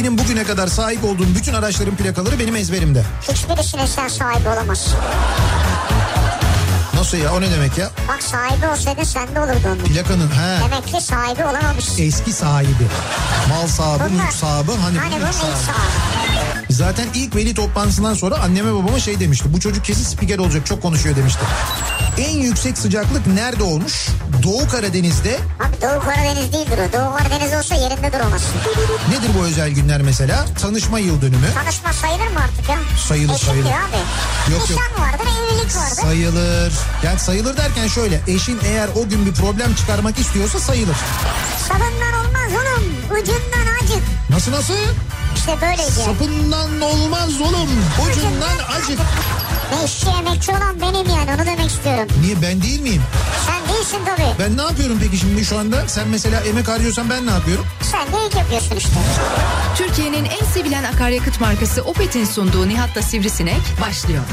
Benim bugüne kadar sahip olduğum bütün araçların plakaları benim ezberimde. Hiçbirisine sen sahibi olamazsın. Nasıl ya, o ne demek ya? Bak sahibi olsaydın sende olurdu onun. Plakanın Demek ki sahibi olamamışsın. Eski sahibi. Mal sahibi, mülk sahibi. Hani bunun ilk sahibi. Zaten ilk veli toplantısından sonra anneme babama şey demişti. Bu çocuk kesin spiker olacak, çok konuşuyor demişti. En yüksek sıcaklık nerede olmuş? Doğu Karadeniz'de. Abi Doğu Karadeniz değildir o. Doğu Karadeniz olsa yerinde duramazsın. Nedir bu özel günler mesela? Tanışma yıl dönümü. Tanışma sayılır mı artık ya? Sayılır. Abi. Yok. Nişan vardır, evlilik vardır. Sayılır. Yani sayılır derken şöyle. Eşin eğer o gün bir problem çıkarmak istiyorsa sayılır. Sapından olmaz oğlum. Ucundan acık. Nasıl? İşte böyleydi. Sapından olmaz oğlum. Ucundan acık. Ne işçi emekçi olan benim yani, onu demek istiyorum. Niye, ben değil miyim? Sen değilsin tabii. Ben ne yapıyorum peki şimdi şu anda? Sen mesela emek harcıyorsan ben ne yapıyorum? Sen de ilk yapıyorsun işte. Türkiye'nin en sevilen akaryakıt markası Opet'in sunduğu Nihat'la Sivrisinek başlıyor.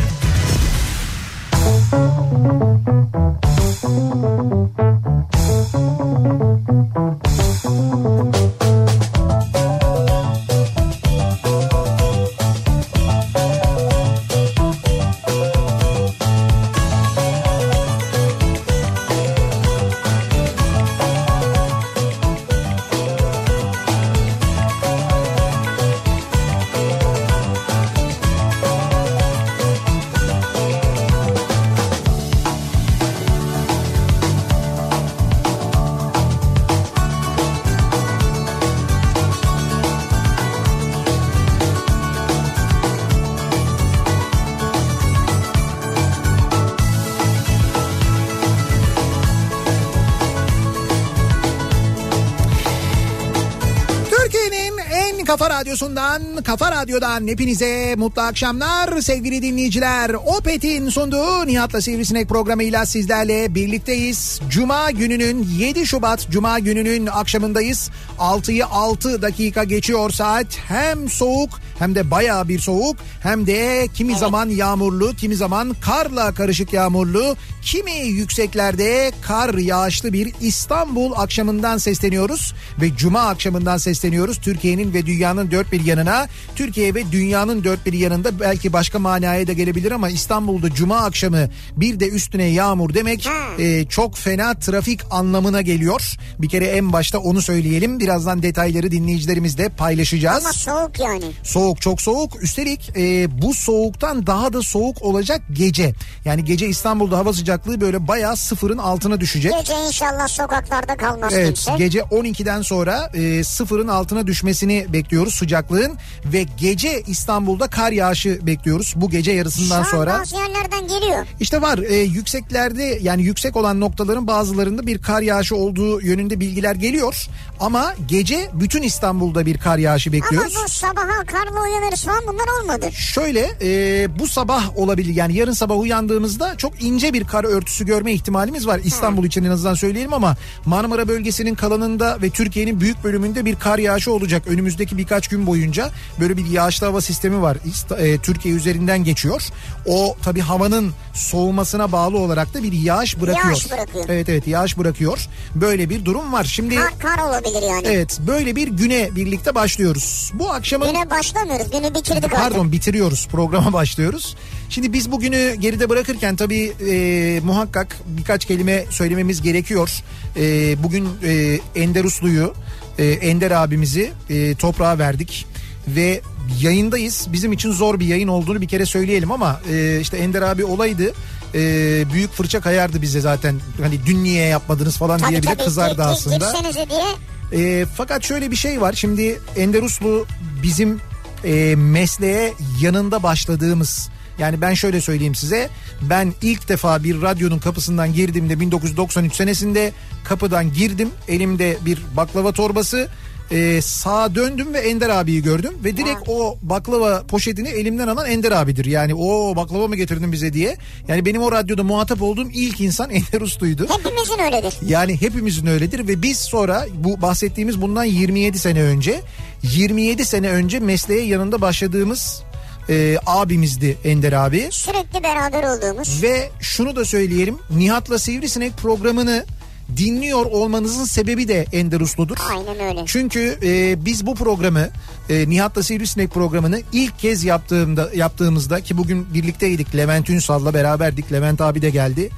Kafa Radyo'dan hepinize mutlu akşamlar sevgili dinleyiciler. Opet'in sunduğu Nihat'la Sivrisinek programıyla sizlerle birlikteyiz. Cuma gününün 7 Şubat Cuma gününün akşamındayız. 6'yı 6 dakika geçiyor saat. Hem soğuk hem de bayağı bir soğuk, hem de kimi zaman yağmurlu, kimi zaman karla karışık yağmurlu, kimi yükseklerde kar yağışlı bir İstanbul akşamından sesleniyoruz ve Cuma akşamından sesleniyoruz. Türkiye'nin ve dünyanın dört bir yanına, Türkiye ve dünyanın dört bir yanında belki başka manaya da gelebilir ama İstanbul'da Cuma akşamı bir de üstüne yağmur demek çok fena trafik anlamına geliyor. Bir kere en başta onu söyleyelim. Birazdan detayları dinleyicilerimizle paylaşacağız. Ama soğuk yani. Soğuk, çok soğuk. Üstelik bu soğuktan daha da soğuk olacak gece. Yani gece İstanbul'da hava sıcaklığı böyle bayağı sıfırın altına düşecek. Gece inşallah sokaklarda kalmaz evet, kimse. Gece 12'den sonra sıfırın altına düşmesini bekliyoruz sıcaklığın ve gece İstanbul'da kar yağışı bekliyoruz bu gece yarısından sonra. Şu an bazı yerlerden geliyor. İşte var yükseklerde, yani yüksek olan noktaların bazılarında bir kar yağışı olduğu yönünde bilgiler geliyor. Ama gece bütün İstanbul'da bir kar yağışı bekliyoruz. Ama bu sabaha karla uyanırız falan, bunlar olmadı. Şöyle bu sabah olabilir, yani yarın sabah uyandığımızda çok ince bir kar örtüsü görme ihtimalimiz var. İstanbul için en azından söyleyelim ama Marmara bölgesinin kalanında ve Türkiye'nin büyük bölümünde bir kar yağışı olacak. Önümüzdeki birkaç gün boyunca böyle bir yağışlı hava sistemi var. Türkiye üzerinden geçiyor. O tabii havanın soğumasına bağlı olarak da bir yağış bırakıyor. Yağış bırakıyor. Evet, yağış bırakıyor. Böyle bir durum var. Şimdi kar olabilir yani. Evet, böyle bir güne birlikte başlıyoruz. Bu akşamın... Güne başlamıyoruz. Günü bitirdik artık. Pardon, bitiriyoruz. Programa başlıyoruz. Şimdi biz bugünü geride bırakırken tabii muhakkak birkaç kelime söylememiz gerekiyor. Bugün Ender Uslu'yu, Ender abimizi toprağa verdik ve yayındayız. Bizim için zor bir yayın olduğunu bir kere söyleyelim ama işte Ender abi olaydı. Büyük fırça kayardı bize zaten. Hani dün niye yapmadınız falan diye bile kızardı aslında. Fakat şöyle bir şey var. Şimdi Ender Uslu bizim mesleğe yanında başladığımız, yani ben şöyle söyleyeyim size, ben ilk defa bir radyonun kapısından girdiğimde 1993 senesinde kapıdan girdim, elimde bir baklava torbası, sağa döndüm ve Ender abiyi gördüm ve direkt o baklava poşetini elimden alan Ender abidir. Yani o baklava mı getirdin bize diye. Yani benim o radyoda muhatap olduğum ilk insan Ender Uslu'ydu. Hepimizin öyledir. Yani hepimizin öyledir ve biz sonra bu bahsettiğimiz bundan 27 sene önce mesleğe yanında başladığımız abimizdi Ender abi. Sürekli beraber olduğumuz. Ve şunu da söyleyelim, Nihat'la Sivrisinek programını dinliyor olmanızın sebebi de Ender Uslu'dur. Aynen öyle. Çünkü biz bu programı Nihat'la Sivrisinek programını ilk kez yaptığımızda ki bugün birlikteydik, Levent Ünsal'la beraberdik. Levent abi de geldi.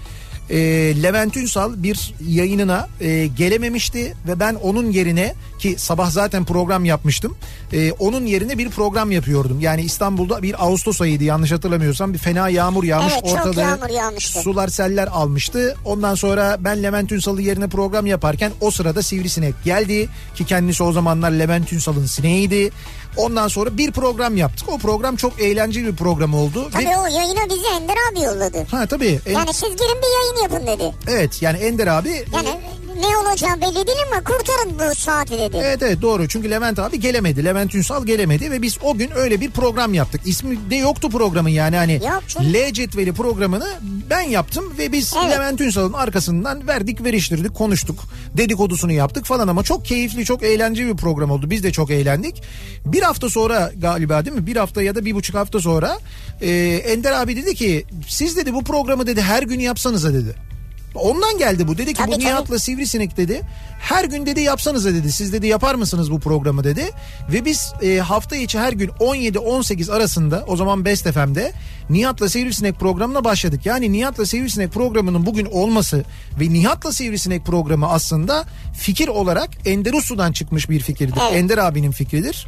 Levent Ünsal bir yayınına gelememişti ve ben onun yerine, ki sabah zaten program yapmıştım, onun yerine bir program yapıyordum. Yani İstanbul'da bir Ağustos ayıydı yanlış hatırlamıyorsam, bir fena yağmur yağmış, evet, ortalığı yağmur yağmıştı. Sular seller almıştı. Ondan sonra ben Levent Ünsal'ın yerine program yaparken o sırada Sivrisinek geldi ki kendisi o zamanlar Levent Ünsal'ın sineğiydi. Ondan sonra bir program yaptık. O program çok eğlenceli bir program oldu. Tabii o yayına bizi Ender abi yolladı. Ha tabii. Yani siz girin bir yayın yapın dedi. Evet yani Ender abi. Yani ne olacağı belli değil ama kurtarın bu saati dedi. Evet doğru, çünkü Levent abi gelemedi. Levent Ünsal gelemedi ve biz o gün öyle bir program yaptık. İsmi de yoktu programın, yani hani L cetveli programını ben yaptım ve biz Levent Ünsal'ın arkasından verdik, veriştirdik, konuştuk. Dedikodusunu yaptık falan ama çok keyifli, çok eğlenceli bir program oldu. Biz de çok eğlendik. Bir hafta sonra galiba, değil mi? Bir hafta ya da 1,5 hafta sonra Ender abi dedi ki siz dedi bu programı dedi her gün yapsanıza dedi. Ondan geldi bu. Dedi ki bu Nihat'la Sivrisinek dedi her gün dedi yapsanıza dedi. Siz dedi yapar mısınız bu programı dedi. Ve biz hafta içi her gün 17-18 arasında, o zaman Best FM'de Nihat'la Sivrisinek programına başladık. Yani Nihat'la Sivrisinek programının bugün olması ve Nihat'la Sivrisinek programı aslında fikir olarak Ender Uslu'dan çıkmış bir fikirdir. Evet. Ender abinin fikridir.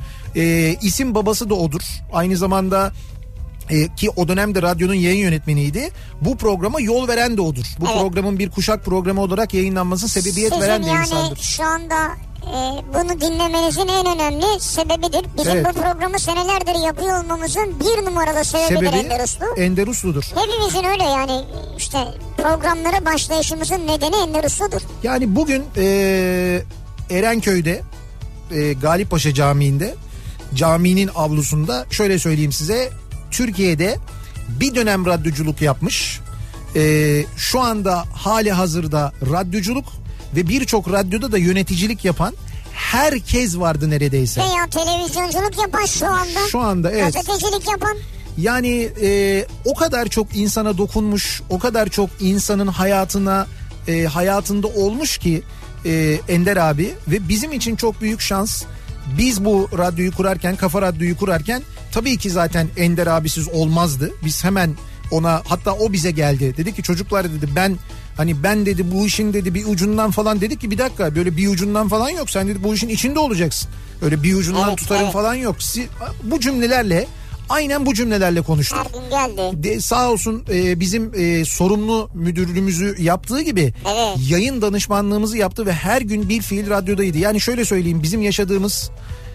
İsim babası da odur. Aynı zamanda ki o dönemde radyonun yayın yönetmeniydi. Bu programa yol veren de odur. Bu programın bir kuşak programı olarak yayınlanmasına sebebiyet veren de insandır. Sizin şu anda bunu dinlemenizin en önemli sebebidir. Bizim bu programı senelerdir yapıyor olmamızın bir numaralı sebebidir Ender Uslu. Ender Uslu'dur. Hepimizin öyle yani, işte programlara başlayışımızın nedeni Ender Uslu'dur. Yani bugün Erenköy'de Galippaşa Camii'nde, caminin avlusunda şöyle söyleyeyim size, Türkiye'de bir dönem radyoculuk yapmış, şu anda hali hazırda radyoculuk ve birçok radyoda da yöneticilik yapan herkes vardı neredeyse. Veya televizyonculuk yapan şu anda evet. Gazetecilik yapan. Yani o kadar çok insana dokunmuş, o kadar çok insanın hayatında olmuş ki Ender abi, ve bizim için çok büyük şans. Biz bu radyoyu kurarken, Kafa Radyo'yu kurarken tabii ki zaten Ender abisiz olmazdı. Biz hemen ona, hatta o bize geldi. Dedi ki çocuklar dedi, ben dedi bu işin dedi bir ucundan falan, dedik ki bir dakika, böyle bir ucundan falan yok. Sen dedi bu işin içinde olacaksın. Öyle bir ucundan tutarım falan yok. Bu cümlelerle, aynen bu cümlelerle konuştuk. Her gün geldi. Sağ olsun bizim sorumlu müdürlüğümüzü yaptığı gibi yayın danışmanlığımızı yaptı ve her gün bir fiil radyodaydı. Yani şöyle söyleyeyim, bizim yaşadığımız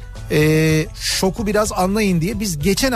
şoku biraz anlayın diye biz geçen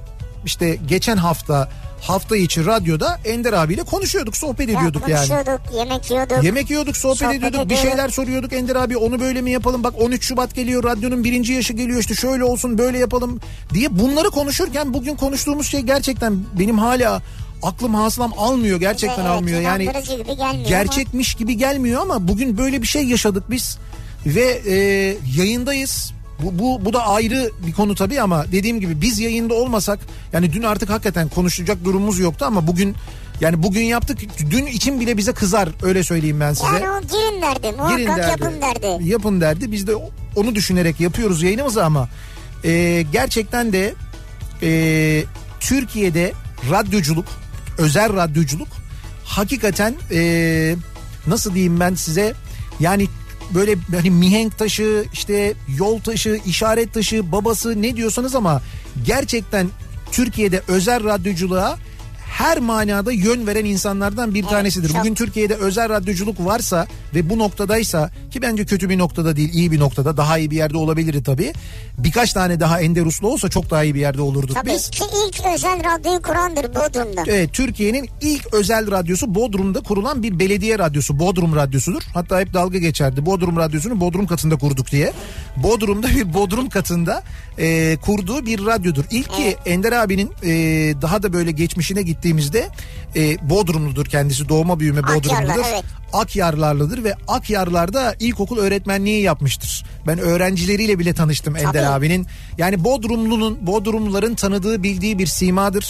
hafta içi radyoda Ender abiyle konuşuyorduk, sohbet ediyorduk yani. Yemek yiyorduk, sohbet ediyorduk, bir şeyler soruyorduk Ender abi, onu böyle mi yapalım, bak 13 Şubat geliyor, radyonun 1. yaşı geliyor, işte şöyle olsun böyle yapalım diye bunları konuşurken bugün konuştuğumuz şey gerçekten benim hala aklım hasılam almıyor, gerçekten almıyor. Yani gerçekmiş gibi gelmiyor ama bugün böyle bir şey yaşadık biz ve yayındayız. Bu da ayrı bir konu tabii ama dediğim gibi biz yayında olmasak, yani dün artık hakikaten konuşacak durumumuz yoktu ama bugün yaptık. Dün için bile bize kızar, öyle söyleyeyim ben size. Yani o girin derdi, muhakkak yapın derdi. Yapın derdi. Biz de onu düşünerek yapıyoruz yayınımızı ama gerçekten de Türkiye'de radyoculuk, özel radyoculuk hakikaten nasıl diyeyim ben size, yani böyle hani mihenk taşı, işte yol taşı, işaret taşı, babası, ne diyorsanız ama gerçekten Türkiye'de özel radyoculuğa her manada yön veren insanlardan bir tanesidir. Bugün Türkiye'de özel radyoculuk varsa ve bu noktadaysa, ki bence kötü bir noktada değil, iyi bir noktada, daha iyi bir yerde olabilir tabii. Birkaç tane daha Ender Uslu olsa çok daha iyi bir yerde olurduk tabii biz. Tabii ki ilk özel radyoyu kurandır Bodrum'da. Evet, Türkiye'nin ilk özel radyosu Bodrum'da kurulan bir belediye radyosu, Bodrum Radyosu'dur. Hatta hep dalga geçerdi, Bodrum Radyosu'nu Bodrum katında kurduk diye. Bodrum'da bir Bodrum katında kurduğu bir radyodur. İlk ki Ender abinin daha da böyle geçmişine gittiğimizde Bodrumludur kendisi, doğma büyüme Bodrumludur. Akyarlarlıdır ve Akyarlar'da ilkokul öğretmenliği yapmıştır. Ben öğrencileriyle bile tanıştım Ender abinin. Yani Bodrumluların tanıdığı, bildiği bir simadır.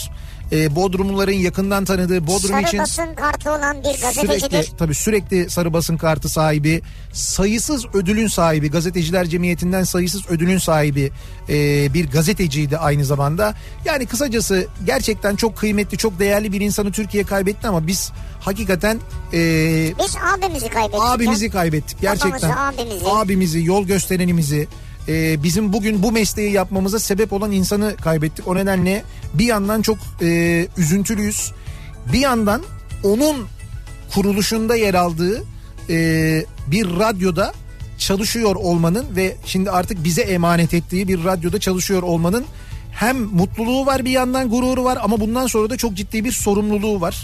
Bodrumluların yakından tanıdığı, Bodrum sarı için basın kartı olan bir gazetecidir. Sürekli sarı basın kartı sahibi, sayısız ödülün sahibi, Gazeteciler Cemiyeti'nden sayısız ödülün sahibi bir gazeteciydi aynı zamanda. Yani kısacası gerçekten çok kıymetli, çok değerli bir insanı Türkiye kaybetti ama biz hakikaten biz abimizi kaybettik. Gerçekten abimizi, yol gösterenimizi, bizim bugün bu mesleği yapmamıza sebep olan insanı kaybettik. O nedenle bir yandan çok üzüntülüyüz. Bir yandan onun kuruluşunda yer aldığı bir radyoda çalışıyor olmanın ve şimdi artık bize emanet ettiği bir radyoda çalışıyor olmanın hem mutluluğu var, bir yandan gururu var ama bundan sonra da çok ciddi bir sorumluluğu var.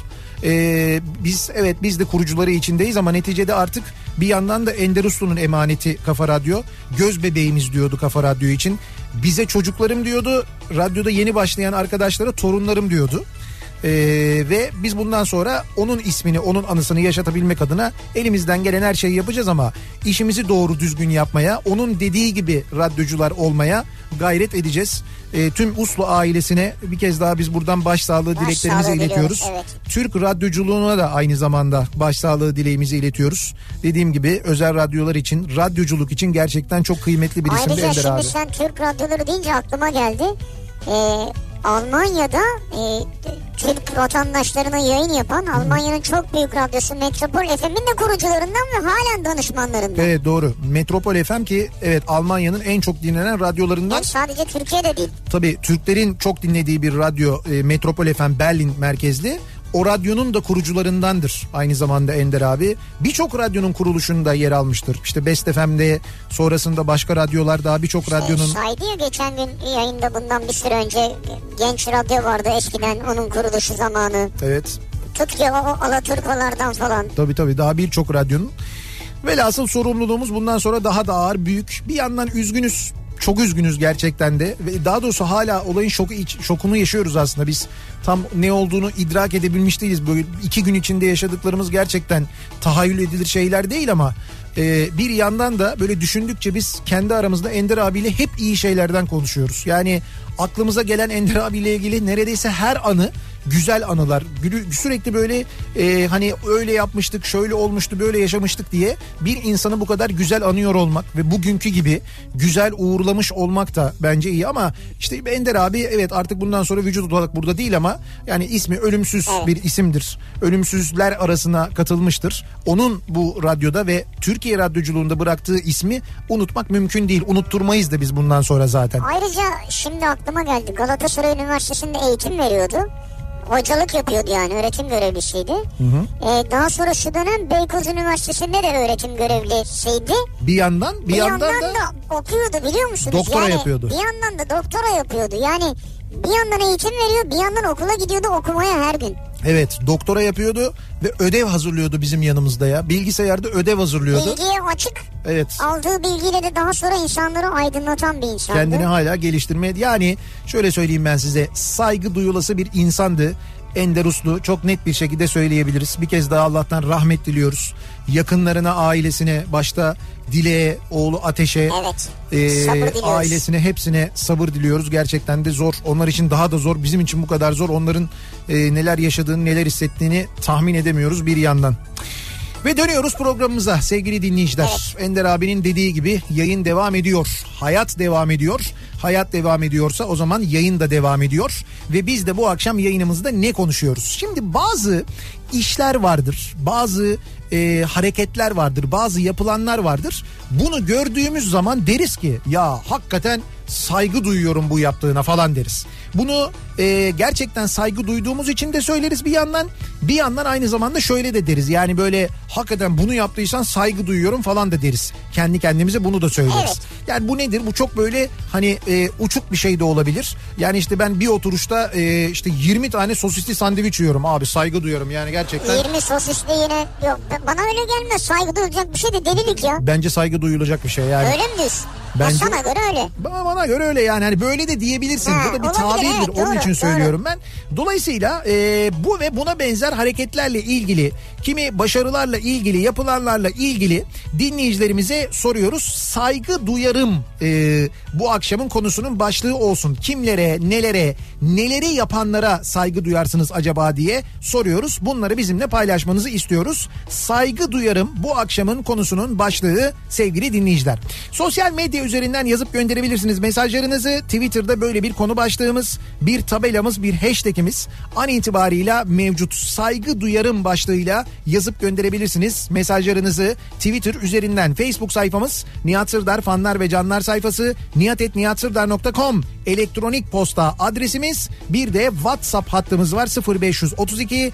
Biz de kurucuları içindeyiz ama neticede artık bir yandan da Ender Uslu'nun emaneti Kafa Radyo. Göz bebeğimiz diyordu Kafa Radyo için. Bize çocuklarım diyordu, radyoda yeni başlayan arkadaşlara torunlarım diyordu. Ve biz bundan sonra onun ismini, onun anısını yaşatabilmek adına elimizden gelen her şeyi yapacağız ama işimizi doğru düzgün yapmaya, onun dediği gibi radyocular olmaya gayret edeceğiz. Tüm Uslu ailesine bir kez daha biz buradan başsağlığı dileklerimizi iletiyoruz. Evet. Türk radyoculuğuna da aynı zamanda başsağlığı dileğimizi iletiyoruz. Dediğim gibi özel radyolar için, radyoculuk için gerçekten çok kıymetli bir isimdi Ender abi. Ayrıca şimdi sen Türk radyoları deyince aklıma geldi. Almanya'da Türk vatandaşlarına yayın yapan Almanya'nın çok büyük radyosu Metropol FM'in de kurucularından ve halen danışmanlarından. Evet doğru. Metropol FM ki evet Almanya'nın en çok dinlenen radyolarından. Yani sadece Türkiye'de değil. Tabii Türklerin çok dinlediği bir radyo Metropol FM Berlin merkezli. O radyonun da kurucularındandır aynı zamanda Ender abi. Birçok radyonun kuruluşunda yer almıştır. İşte Best FM'de, sonrasında başka radyolar, daha birçok radyonun. Saydı ya geçen gün yayında, bundan bir süre önce Genç Radyo vardı eskiden, onun kuruluşu zamanı. Evet. Tut ki o Alaturkalardan falan. Tabii daha birçok radyonun. Velhasıl sorumluluğumuz bundan sonra daha da ağır, büyük. Bir yandan üzgünüz. Çok üzgünüz gerçekten de ve daha doğrusu hala olayın şokunu yaşıyoruz aslında. Biz tam ne olduğunu idrak edebilmiş değiliz. Böyle 2 gün içinde yaşadıklarımız gerçekten tahayyül edilir şeyler değil ama bir yandan da böyle düşündükçe biz kendi aramızda Ender abiyle hep iyi şeylerden konuşuyoruz. Yani aklımıza gelen Ender abiyle ilgili neredeyse her anı güzel anılar. Sürekli böyle hani öyle yapmıştık, şöyle olmuştu, böyle yaşamıştık diye bir insanı bu kadar güzel anıyor olmak ve bugünkü gibi güzel uğurlamış olmak da bence iyi ama işte Ender abi evet artık bundan sonra vücut olarak burada değil ama yani ismi ölümsüz bir isimdir. Ölümsüzler arasına katılmıştır. Onun bu radyoda ve Türkiye radyoculuğunda bıraktığı ismi unutmak mümkün değil. Unutturmayız da biz bundan sonra zaten. Ayrıca şimdi aklıma geldi, Galatasaray Üniversitesi'nde eğitim veriyordu. Hocalık yapıyordu, yani öğretim görevlisiydi. Daha sonra şu dönem Beykoz Üniversitesi'nde de öğretim görevlisiydi. Bir yandan da okuyordu, biliyor musunuz? Doktora yapıyordu. Bir yandan da doktora yapıyordu. Yani bir yandan eğitim veriyor, bir yandan okula gidiyordu okumaya her gün. Evet, doktora yapıyordu ve ödev hazırlıyordu bizim yanımızda ya. Bilgisayarda ödev hazırlıyordu. Bilgiye açık. Evet. Aldığı bilgiyle de daha sonra insanları aydınlatan bir insandı. Kendini hala geliştirmeye, yani şöyle söyleyeyim ben size, saygı duyulası bir insandı. Ender Uslu, çok net bir şekilde söyleyebiliriz. Bir kez daha Allah'tan rahmet diliyoruz. Yakınlarına, ailesine, başta Dile'ye, oğlu Ateş'e, ailesine, hepsine sabır diliyoruz. Gerçekten de zor. Onlar için daha da zor. Bizim için bu kadar zor. Onların neler yaşadığını, neler hissettiğini tahmin edemiyoruz bir yandan. Ve dönüyoruz programımıza sevgili dinleyiciler. Evet. Ender abinin dediği gibi yayın devam ediyor. Hayat devam ediyor. Hayat devam ediyorsa o zaman yayın da devam ediyor. Ve biz de bu akşam yayınımızda ne konuşuyoruz? Şimdi bazı işler vardır. Bazı hareketler vardır. Bazı yapılanlar vardır. Bunu gördüğümüz zaman deriz ki ya hakikaten saygı duyuyorum bu yaptığına falan deriz. Bunu gerçekten saygı duyduğumuz için de söyleriz bir yandan. Bir yandan aynı zamanda şöyle de deriz. Yani böyle hakikaten bunu yaptıysan saygı duyuyorum falan da deriz. Kendi kendimize bunu da söyleriz. Evet. Yani bu nedir? Bu çok böyle hani uçuk bir şey de olabilir. Yani işte ben bir oturuşta işte 20 tane sosisli sandviç yiyorum abi, saygı duyuyorum yani gerçekten. 20 sosisli yine yok. Bana öyle gelmez. Saygı duyulacak bir şey de delilik ya. Bence saygı duyulacak bir şey yani. Öyle mi diyorsun? Bence, sana göre öyle. Bana göre öyle yani. Hani böyle de diyebilirsin. Bu da bir tabirdir. Evet, onun için söylüyorum ben. Dolayısıyla bu ve buna benzer hareketlerle ilgili kimi başarılarla ilgili, yapılanlarla ilgili dinleyicilerimize soruyoruz. Saygı duyarım bu akşamın konusunun başlığı olsun. Kimlere, nelere, neleri yapanlara saygı duyarsınız acaba diye soruyoruz. Bunları bizimle paylaşmanızı istiyoruz. Saygı duyarım bu akşamın konusunun başlığı sevgili dinleyiciler. Sosyal medya üzerinden yazıp gönderebilirsiniz mesajlarınızı. Twitter'da böyle bir konu başlığımız, bir tabelamız, bir hashtagimiz an itibarıyla mevcut. Saygı duyarım başlığıyla yazıp gönderebilirsiniz mesajlarınızı. Twitter üzerinden Facebook sayfamız Nihat Sırdar fanlar ve canlar sayfası, nihat@nihatsırdar.com elektronik posta adresimiz. Bir de WhatsApp hattımız var 0532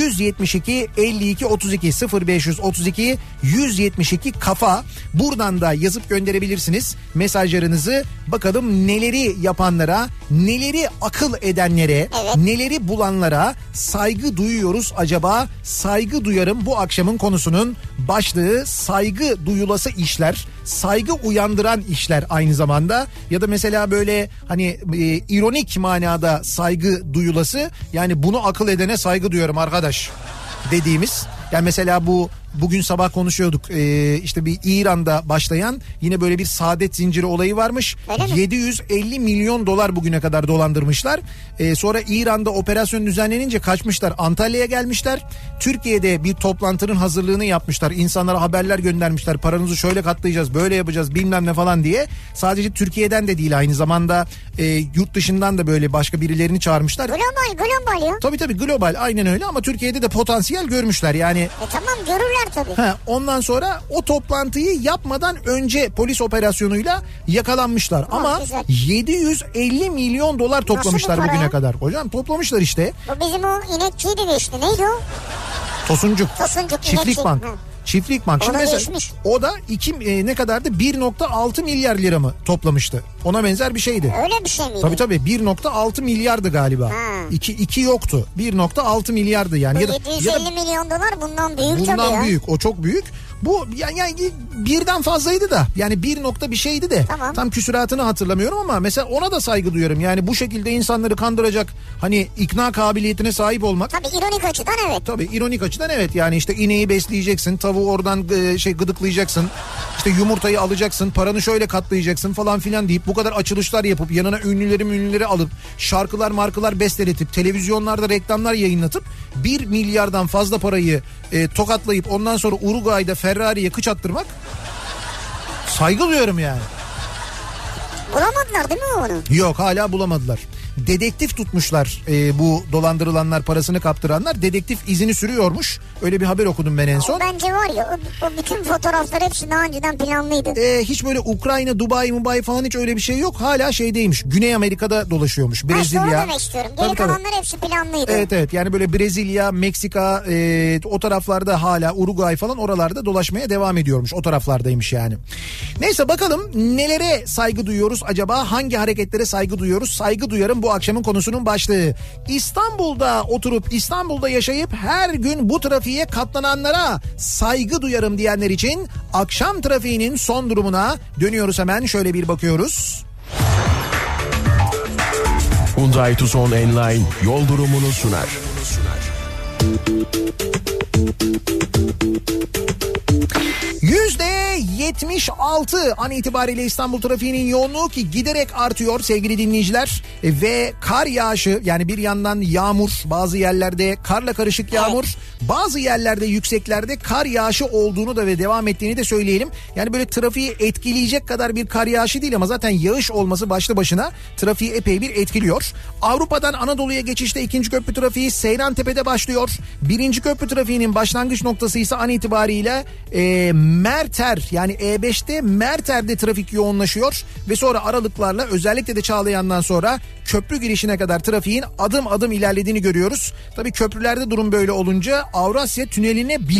172 52 32 0532 172 kafa. Buradan da yazıp gönderebilirsiniz mesajlarınızı. Bakalım neleri yapanlara, neleri akıl edenlere, neleri bulanlara saygı duyuyoruz acaba? Saygı duyarım bu akşamın konusunun başlığı. Saygı duyulası işler, saygı uyandıran işler aynı zamanda. Ya da mesela böyle hani ironik manada saygı duyulası, yani bunu akıl edene saygı duyuyorum arkadaş dediğimiz. Yani mesela bugün sabah konuşuyorduk işte bir İran'da başlayan yine böyle bir saadet zinciri olayı varmış. 750 milyon dolar bugüne kadar dolandırmışlar. Sonra İran'da operasyon düzenlenince kaçmışlar, Antalya'ya gelmişler. Türkiye'de bir toplantının hazırlığını yapmışlar. İnsanlara haberler göndermişler. Paranızı şöyle katlayacağız, böyle yapacağız bilmem ne falan diye. Sadece Türkiye'den de değil, aynı zamanda yurt dışından da böyle başka birilerini çağırmışlar. Global ya. Tabii global, aynen öyle, ama Türkiye'de de potansiyel görmüşler yani. Tamam, görürler tabii. Ondan sonra o toplantıyı yapmadan önce polis operasyonuyla yakalanmışlar. Ama güzel. 750 milyon dolar toplamışlar bugüne kadar. Hocam toplamışlar işte. Bu bizim o inekçiydi geçti. Neydi o? Tosuncuk. Çiftlik Bank. Çiftlik Bank. Şimdi mesela o da ne kadardı? 1.6 milyar lira mı toplamıştı? Ona benzer bir şeydi. Öyle bir şey miydi? Tabii 1.6 milyardı galiba. 2 yoktu. 1.6 milyardı yani. Bu 750 milyon dolar bundan büyük tabii ya. Bundan büyük. O çok büyük. Bu yani birden fazlaydı da, yani 1 nokta bir şeydi de tam küsuratını hatırlamıyorum, ama mesela ona da saygı duyuyorum. Yani bu şekilde insanları kandıracak hani ikna kabiliyetine sahip olmak. Tabii ironik açıdan evet. Tabii ironik açıdan evet, yani işte ineği besleyeceksin, tavuğu oradan gıdıklayacaksın, işte yumurtayı alacaksın, paranı şöyle katlayacaksın falan filan deyip bu kadar açılışlar yapıp yanına ünlüleri alıp şarkılar markalar besteletip televizyonlarda reklamlar yayınlatıp 1 milyardan fazla parayı tokatlayıp ondan sonra Uruguay'da Ferrari'ye kıç attırmak, saygı duyuyorum yani. Bulamadılar değil mi onu? Yok, hala bulamadılar. Dedektif tutmuşlar, bu dolandırılanlar, parasını kaptıranlar dedektif izini sürüyormuş. Öyle bir haber okudum ben en son. O bence var ya, o bütün fotoğraflar hepsi daha önceden planlıydı. Hiç böyle Ukrayna, Dubai falan hiç öyle bir şey yok. Hala şeydeymiş, Güney Amerika'da dolaşıyormuş. Brezilya. Onu demek istiyorum. Geri kalanlar hepsi planlıydı. Evet, yani böyle Brezilya, Meksika o taraflarda, hala Uruguay falan, oralarda dolaşmaya devam ediyormuş. O taraflardaymış yani. Neyse, bakalım nelere saygı duyuyoruz acaba? Hangi hareketlere saygı duyuyoruz? Saygı duyarım bu akşamın konusunun başlığı. İstanbul'da oturup İstanbul'da yaşayıp her gün bu trafiğe katlananlara saygı duyarım diyenler için akşam trafiğinin son durumuna dönüyoruz, hemen şöyle bir bakıyoruz. Hyundai Tucson Enline yol durumunu sunar. %76 an itibariyle İstanbul trafiğinin yoğunluğu, ki giderek artıyor sevgili dinleyiciler, ve kar yağışı, yani bir yandan yağmur, bazı yerlerde karla karışık yağmur, bazı yerlerde yükseklerde kar yağışı olduğunu da ve devam ettiğini de söyleyelim. Yani böyle trafiği etkileyecek kadar bir kar yağışı değil, ama zaten yağış olması başlı başına trafiği epey bir etkiliyor. Avrupa'dan Anadolu'ya geçişte 2. köprü trafiği Seyrantepe'de başlıyor. 1. köprü trafiğinin başlangıç noktası ise an itibariyle Merter, yani E5'te Merter'de trafik yoğunlaşıyor ve sonra aralıklarla, özellikle de Çağlayan'dan sonra köprü girişine kadar trafiğin adım adım ilerlediğini görüyoruz. Tabii köprülerde durum böyle olunca Avrasya Tüneli'ne bile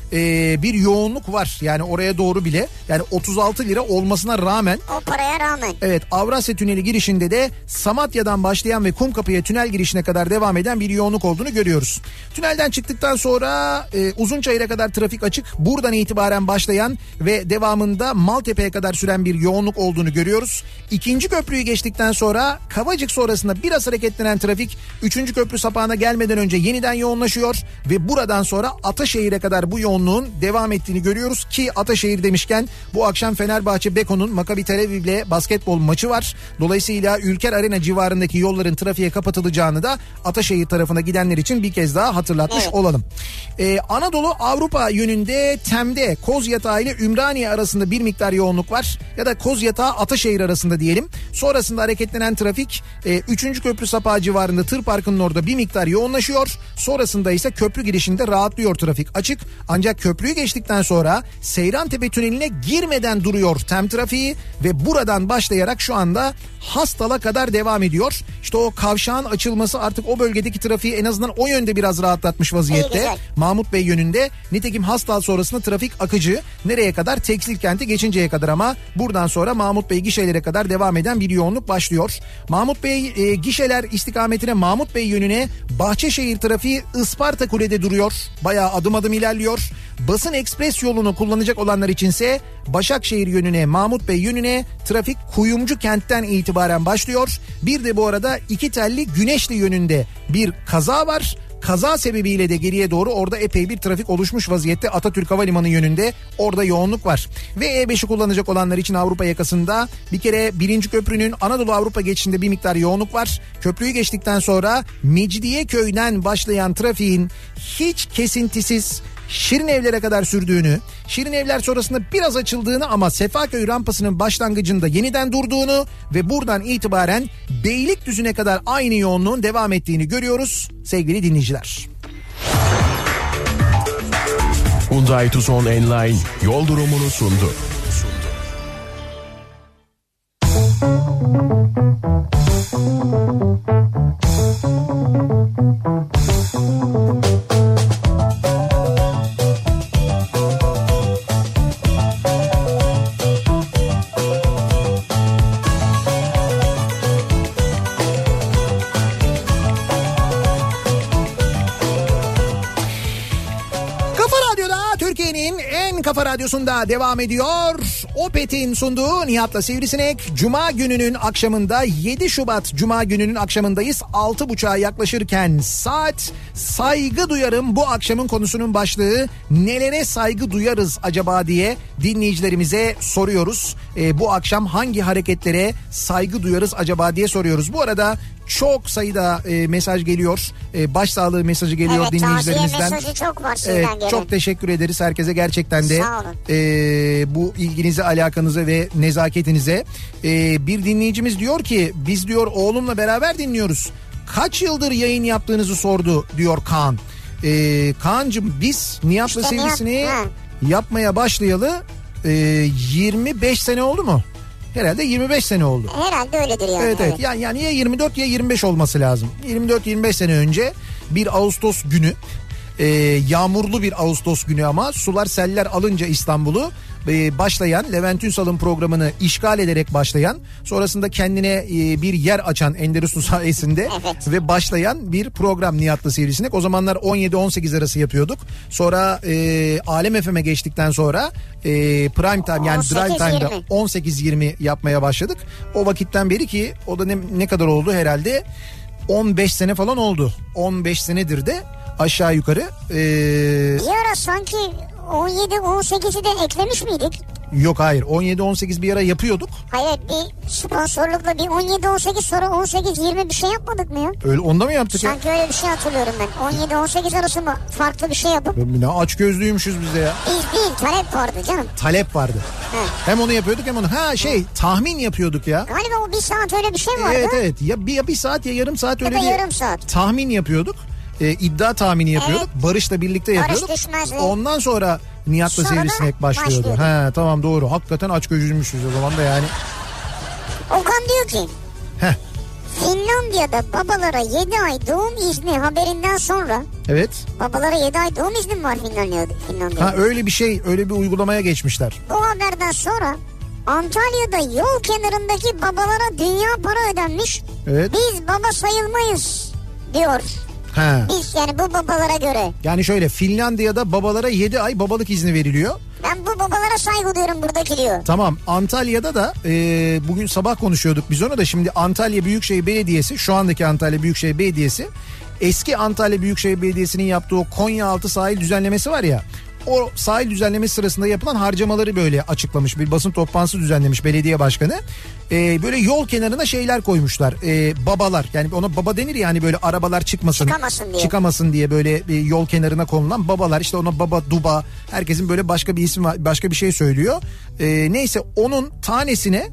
bir yoğunluk var. Yani oraya doğru bile, yani 36 lira olmasına rağmen. O paraya rağmen. Evet, Avrasya Tüneli girişinde de Samatya'dan başlayan ve Kumkapı'ya tünel girişine kadar devam eden bir yoğunluk olduğunu görüyoruz. Tünelden çıktıktan sonra Uzunçayır'a kadar trafik açık. Buradan itibaren başlayan ve devamında Maltepe'ye kadar süren bir yoğunluk olduğunu görüyoruz. İkinci köprüyü geçtikten sonra Kavacık sonrasında biraz hareketlenen trafik 3. köprü sapağına gelmeden önce yeniden yoğunlaşıyor ve buradan sonra Ataşehir'e kadar bu yoğunluğun devam ettiğini görüyoruz ki Ataşehir demişken bu akşam Fenerbahçe Beko'nun Maccabi Tel Aviv'le basketbol maçı var. Dolayısıyla Ülker Arena civarındaki yolların trafiğe kapatılacağını da Ataşehir tarafına gidenler için bir kez daha hatırlatmış olalım. Anadolu Avrupa yönünde Tem'de Kozyatağı ile Ümraniye arasında bir miktar yoğunluk var. Ya da Kozyatağı Ataşehir arasında diyelim. Sonrasında hareketlenen trafik 3. köprü sapağı civarında tır parkının orada bir miktar yoğunlaşıyor. Sonrasında ise köprü girişinde rahatlıyor trafik açık. Ancak köprüyü geçtikten sonra Seyrantepe Tüneli'ne girmeden duruyor Tem trafiği ve buradan başlayarak şu anda Hastal'a kadar devam ediyor. İşte o kavşağın açılması artık o bölgedeki trafiği en azından o yönde biraz rahatlatmış vaziyette. Mahmut Bey yönünde. Nitekim Hastal sonrasında trafik akıcı. Nereye kadar? Tekstil kenti geçinceye kadar ama buradan sonra Mahmut Bey gişelere kadar devam eden bir yoğunluk başlıyor. Mahmut Bey gişeler istikametine Mahmut Bey yönüne Bahçeşehir trafiği Isparta Kule'de duruyor. Bayağı adım adım ilerliyor. Basın ekspres yolunu kullanacak olanlar içinse Başakşehir yönüne, Mahmut Bey yönüne trafik Kuyumcu kentten itibaren başlıyor. Bir de bu arada iki telli Güneşli yönünde bir kaza var. Kaza sebebiyle de geriye doğru orada epey bir trafik oluşmuş vaziyette Atatürk Havalimanı yönünde, orada yoğunluk var. Ve E5'i kullanacak olanlar için Avrupa yakasında bir kere 1. köprünün Anadolu Avrupa geçişinde bir miktar yoğunluk var. Köprüyü geçtikten sonra Mecidiyeköy'den başlayan trafiğin hiç kesintisiz Şirinevler'e kadar sürdüğünü, Şirinevler sonrasında biraz açıldığını ama Sefaköy rampasının başlangıcında yeniden durduğunu ve buradan itibaren Beylikdüzü'ne kadar aynı yoğunluğun devam ettiğini görüyoruz sevgili dinleyiciler. Hyundai Tucson Enline yol durumunu sundu. Kafa Radyosu'nda devam ediyor. Opet'in sunduğu Nihat'la Sivrisinek. Cuma gününün akşamında 7 Şubat Cuma gününün akşamındayız. 6.30'a yaklaşırken saat saygı duyarım. Bu akşamın konusunun başlığı nelere saygı duyarız acaba diye dinleyicilerimize soruyoruz. Bu akşam hangi hareketlere saygı duyarız acaba diye soruyoruz. Bu arada çok sayıda mesaj geliyor. Başsağlığı mesajı geliyor dinleyicilerimizden. Evet, mesajı çok var sizden gelen. Çok teşekkür ederiz herkese gerçekten de. Sağ olun. Bu ilginize, alakanıza ve nezaketinize. Bir dinleyicimiz diyor ki biz diyor oğlumla beraber dinliyoruz. Kaç yıldır yayın yaptığınızı sordu diyor Kaan. Kaan'cığım biz Nihat'la Sivrisineği yapmaya başlayalı 25 sene oldu mu? Herhalde 25 sene oldu. Herhalde öyledir yani. Evet. Yani ya 24 ya 25 olması lazım. 24-25 sene önce bir Ağustos günü, yağmurlu bir Ağustos günü ama sular seller alınca İstanbul'u başlayan, Levent Ünsal'ın programını işgal ederek başlayan, sonrasında kendine bir yer açan Ender Uslu sayesinde ve başlayan bir program Nihat'la Sivrisinek. O zamanlar 17-18 arası yapıyorduk. Sonra Alem FM'e geçtikten sonra prime time yani drive time'da 18-20 yapmaya başladık. O vakitten beri ki o da ne kadar oldu herhalde 15 sene falan oldu. 15 senedir de aşağı yukarı. Bir ara sanki 17-18'i de eklemiş miydik? Yok hayır 17-18 bir ara yapıyorduk. Hayır bir sponsorlukla bir 17-18 sonra 18-20 bir şey yapmadık mı ya? Öyle onda mı yaptık ya? Sanki öyle bir şey hatırlıyorum ben. 17-18 arası mı farklı bir şey yapıp? Ne aç gözlüymüşüz biz de ya. Değil talep vardı canım. Talep vardı. He. Hem onu yapıyorduk hem onu. Tahmin yapıyorduk ya. Galiba o bir saat öyle bir şey vardı. Evet ya bir saat ya yarım saat öyle bir yarım saat. Tahmin yapıyorduk. İddia tahmini yapıyorduk. Evet. Barış'la birlikte yapıyorduk. Barış Düşmez'le. Ondan sonra Nihat'la Sivrisinek başlıyordu. He tamam doğru. Hakikaten aç gözlüymüşüz o zaman da yani. Okan diyor ki Finlandiya'da babalara 7 ay doğum izni haberinden sonra Evet. Babalara 7 ay doğum izni mi var Finlandiya'da? Ha öyle bir şey, öyle bir uygulamaya geçmişler. Bu haberden sonra Antalya'da yol kenarındaki babalara dünya para ödenmiş. Evet. Biz baba sayılmayız diyor. Ha. Biz yani bu babalara göre. Yani şöyle, Finlandiya'da babalara 7 ay babalık izni veriliyor. Ben bu babalara saygı duyuyorum buradaki diyor. Tamam, Antalya'da da bugün sabah konuşuyorduk biz onu da, şimdi Antalya Büyükşehir Belediyesi, şu andaki Antalya Büyükşehir Belediyesi, eski Antalya Büyükşehir Belediyesi'nin yaptığı o Konyaaltı sahil düzenlemesi var ya, o sahil düzenlemesi sırasında yapılan harcamaları böyle açıklamış, bir basın toplantısı düzenlemiş belediye başkanı. Böyle yol kenarına şeyler koymuşlar, babalar, yani ona baba denir yani, böyle arabalar çıkamasın diye böyle yol kenarına konulan babalar, işte ona baba duba, herkesin böyle başka bir isim var, başka bir şey söylüyor. Neyse, onun tanesine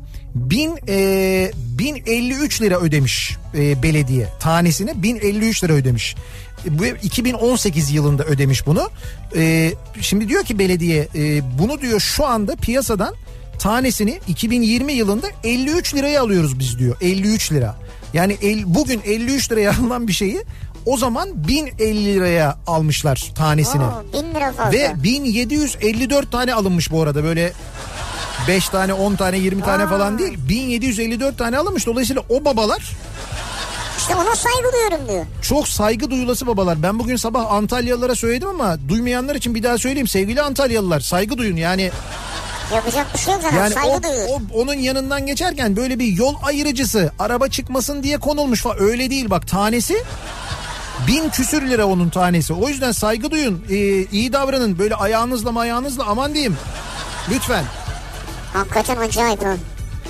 1053 lira ödemiş belediye, tanesine 1053 lira ödemiş. Bu 2018 yılında ödemiş bunu. Şimdi diyor ki belediye, bunu diyor şu anda piyasadan tanesini 2020 yılında 53 liraya alıyoruz biz diyor. 53 lira. Yani bugün 53 liraya alınan bir şeyi o zaman 1050 liraya almışlar tanesini. 1000 lira fazla. Ve 1754 tane alınmış bu arada, böyle 5 tane 10 tane 20 tane falan değil, 1754 tane alınmış. Dolayısıyla o babalar, İşte ona saygı duyuyorum diyor. çok saygı duyulası babalar. Ben bugün sabah Antalyalılara söyledim ama duymayanlar için bir daha söyleyeyim. Sevgili Antalyalılar, saygı duyun yani. Yapacak bir şey yok zaten, Yani saygı duyuyor. onun yanından geçerken böyle bir yol ayırıcısı, araba çıkmasın diye konulmuş falan, öyle değil bak, tanesi 1000 küsür lira onun tanesi. O yüzden saygı duyun, iyi davranın, böyle ayağınızla aman diyeyim lütfen. Hakikaten acayip o.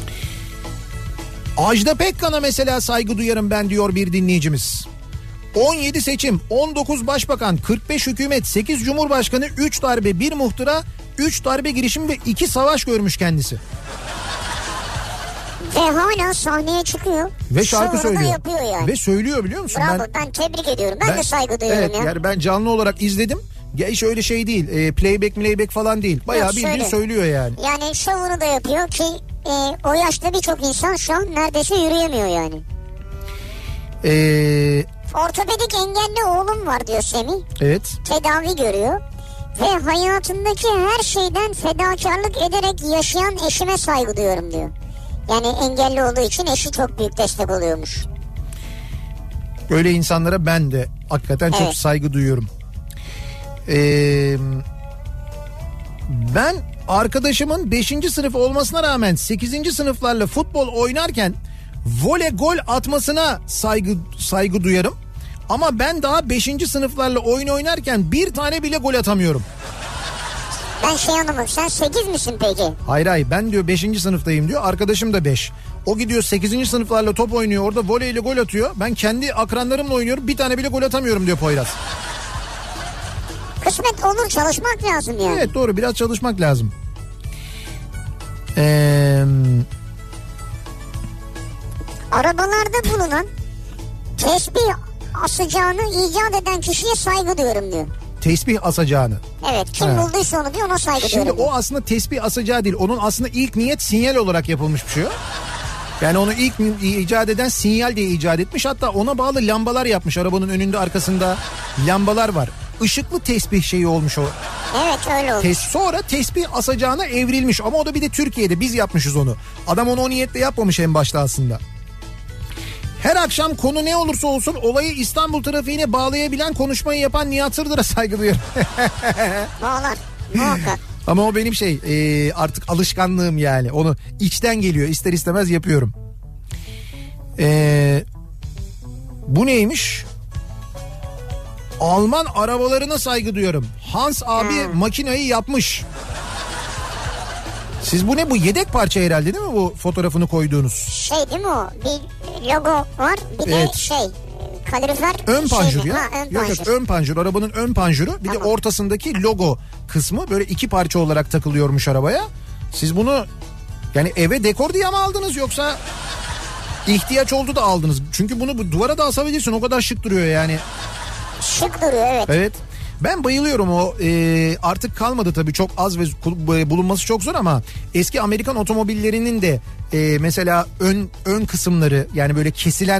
Ajda Pekkan'a mesela saygı duyarım ben diyor bir dinleyicimiz. 17 seçim, 19 başbakan, 45 hükümet, 8 cumhurbaşkanı, 3 darbe, 1 muhtıra, 3 darbe girişimi ve 2 savaş görmüş kendisi. Ve hala sahneye çıkıyor. Ve şarkı söylüyor. Yapıyor yani. Ve söylüyor, biliyor musun? Bravo, ben tebrik ediyorum. Ben de saygı duyuyorum evet, ya. Yani ben canlı olarak izledim. Ya hiç öyle şey değil. Playback falan değil. Bayağı bildiğin söylüyor yani. Yani şovunu da yapıyor ki o yaşta birçok insan şu an neredeyse yürüyemiyor yani. Ortopedik engelli oğlum var diyor Semih. Evet. Tedavi görüyor. Ve hayatındaki her şeyden fedakarlık ederek yaşayan eşime saygı duyuyorum diyor. Yani engelli olduğu için eşi çok büyük destek oluyormuş. Öyle insanlara ben de hakikaten çok saygı duyuyorum. Ben arkadaşımın 5. sınıf olmasına rağmen 8. sınıflarla futbol oynarken voley gol atmasına saygı duyarım. Ama ben daha 5. sınıflarla oyun oynarken bir tane bile gol atamıyorum. Ben anlamadım, sen 8 misin peki? Hayır, ben diyor 5. sınıftayım diyor, arkadaşım da 5. O gidiyor 8. sınıflarla top oynuyor, orada voleyle gol atıyor. Ben kendi akranlarımla oynuyorum, bir tane bile gol atamıyorum diyor Poyraz. Kısmet olur, çalışmak lazım yani. Evet doğru, biraz çalışmak lazım. Arabalarda bulunan tesbih asacağını icat eden kişiye saygı duyuyorum diyor. Tesbih asacağını. Evet, kim bulduysa onu diyor, ona saygı duyuyorum. Şimdi o aslında tesbih asacağı değil. Onun aslında ilk niyet sinyal olarak yapılmış bir şey o. Yani onu ilk icat eden sinyal diye icat etmiş. Hatta ona bağlı lambalar yapmış. Arabanın önünde arkasında lambalar var. Işıklı tesbih şeyi olmuş o. Evet, öyle olmuş. Sonra tesbih asacağına evrilmiş. Ama o da bir de Türkiye'de, biz yapmışız onu. Adam onu o niyetle yapmamış en başta aslında. Her akşam konu ne olursa olsun olayı İstanbul trafiğine bağlayabilen konuşmayı yapan Nihat Sırdır'a saygı duyuyorum. Bağlar, muhakkak. Ama o benim artık alışkanlığım yani. Onu içten geliyor, ister istemez yapıyorum. Bu neymiş? Alman arabalarına saygı duyuyorum. Hans abi makinayı yapmış. Siz bu ne, bu yedek parça herhalde değil mi bu fotoğrafını koyduğunuz? Şey değil mi o? Bir logo var, bir de kalorifer. Ön panjur ya. Ön panjur. Yok, ön panjur, arabanın ön panjuru. Bir de ortasındaki logo kısmı böyle 2 parça olarak takılıyormuş arabaya. Siz bunu yani eve dekor diye mi aldınız, yoksa ihtiyaç oldu da aldınız? Çünkü bunu bu duvara da asabilirsin, o kadar şık duruyor yani. Şık duruyor, evet. Evet. Ben bayılıyorum o, artık kalmadı tabii, çok az ve bulunması çok zor ama eski Amerikan otomobillerinin de mesela ön kısımları, yani böyle kesilen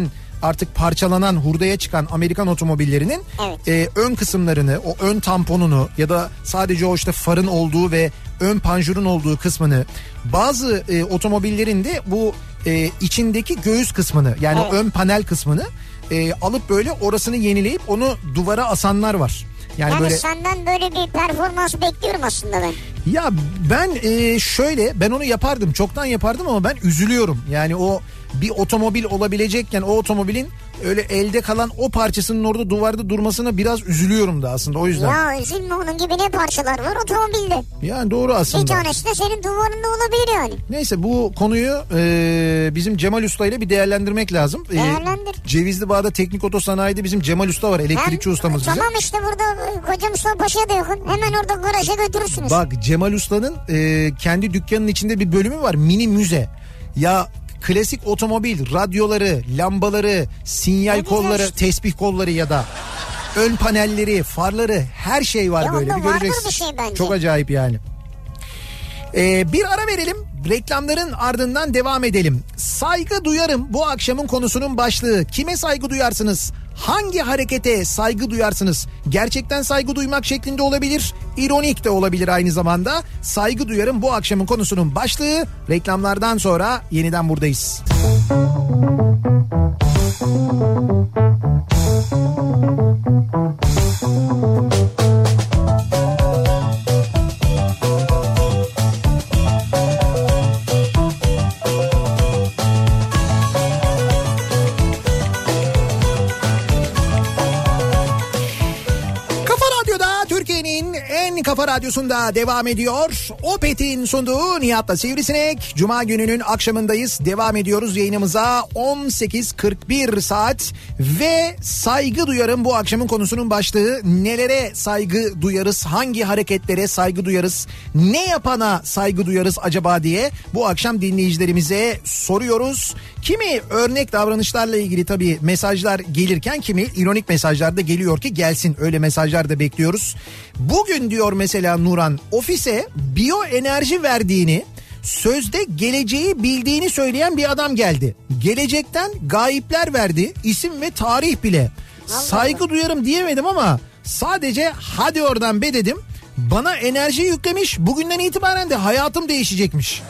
artık parçalanan, hurdaya çıkan Amerikan otomobillerinin ön kısımlarını, o ön tamponunu ya da sadece o işte farın olduğu ve ön panjurun olduğu kısmını, bazı otomobillerin de bu içindeki göğüs kısmını, yani ön panel kısmını alıp böyle orasını yenileyip onu duvara asanlar var. Yani böyle... senden böyle bir performans bekliyorum aslında ben. Ya ben şöyle, ben onu yapardım, çoktan yapardım ama ben üzülüyorum. Yani o bir otomobil olabilecekken o otomobilin öyle elde kalan o parçasının orada duvarda durmasına biraz üzülüyorum da aslında, o yüzden. Ya üzülme, onun gibi ne parçalar var otomobilde. Yani doğru aslında. Bir tanesi de senin duvarında olabilir yani. Neyse, bu konuyu bizim Cemal Usta ile bir değerlendirmek lazım. Değerlendir. Cevizli Bağ'da Teknik Oto Sanayi'de bizim Cemal Usta var, elektrikçi ustamız bize. Tamam işte, burada Koca Mustafa Paşa'ya da yakın, hemen orada garaja götürürsünüz. Bak, Cemal Usta'nın kendi dükkanının içinde bir bölümü var, mini müze. Ya klasik otomobil radyoları, lambaları, sinyal kolları, tesbih kolları ya da ön panelleri, farları, her şey var ya böyle. Bir göreceksin. Bir şey bence. Çok acayip yani. Bir ara verelim. Reklamların ardından devam edelim. Saygı duyarım bu akşamın konusunun başlığı. Kime saygı duyarsınız? Hangi harekete saygı duyarsınız? Gerçekten saygı duymak şeklinde olabilir, ironik de olabilir aynı zamanda. Saygı duyarım bu akşamın konusunun başlığı. Reklamlardan sonra yeniden buradayız. Kafa Radyosu'nda devam ediyor. Opet'in sunduğu Nihat'la Sivrisinek. Cuma gününün akşamındayız. Devam ediyoruz yayınımıza. 18.41 saat ve saygı duyarım bu akşamın konusunun başlığı. Nelere saygı duyarız? Hangi hareketlere saygı duyarız? Ne yapana saygı duyarız acaba diye bu akşam dinleyicilerimize soruyoruz. Kimi örnek davranışlarla ilgili tabii mesajlar gelirken kimi ironik mesajlar da geliyor ki gelsin. Öyle mesajlar da bekliyoruz. Bugün diyor mesela Nuran, ofise biyoenerji verdiğini, sözde geleceği bildiğini söyleyen bir adam geldi. Gelecekten gayipler verdi, isim ve tarih bile. Saygı duyarım diyemedim ama sadece hadi oradan be dedim. Bana enerji yüklemiş, bugünden itibaren de hayatım değişecekmiş.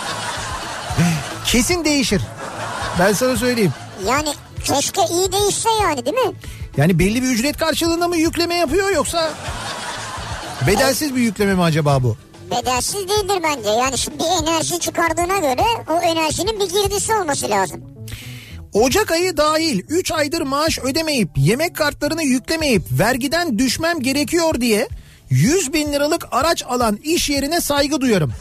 Kesin değişir. Ben sana söyleyeyim. Yani keşke iyi değişse yani, değil mi? Yani belli bir ücret karşılığında mı yükleme yapıyor, yoksa bedelsiz bir yükleme mi acaba bu? Bedelsiz değildir bence. Yani şimdi bir enerji çıkardığına göre o enerjinin bir girdisi olması lazım. Ocak ayı dahil 3 aydır maaş ödemeyip yemek kartlarını yüklemeyip vergiden düşmem gerekiyor diye 100 bin liralık araç alan iş yerine saygı duyarım.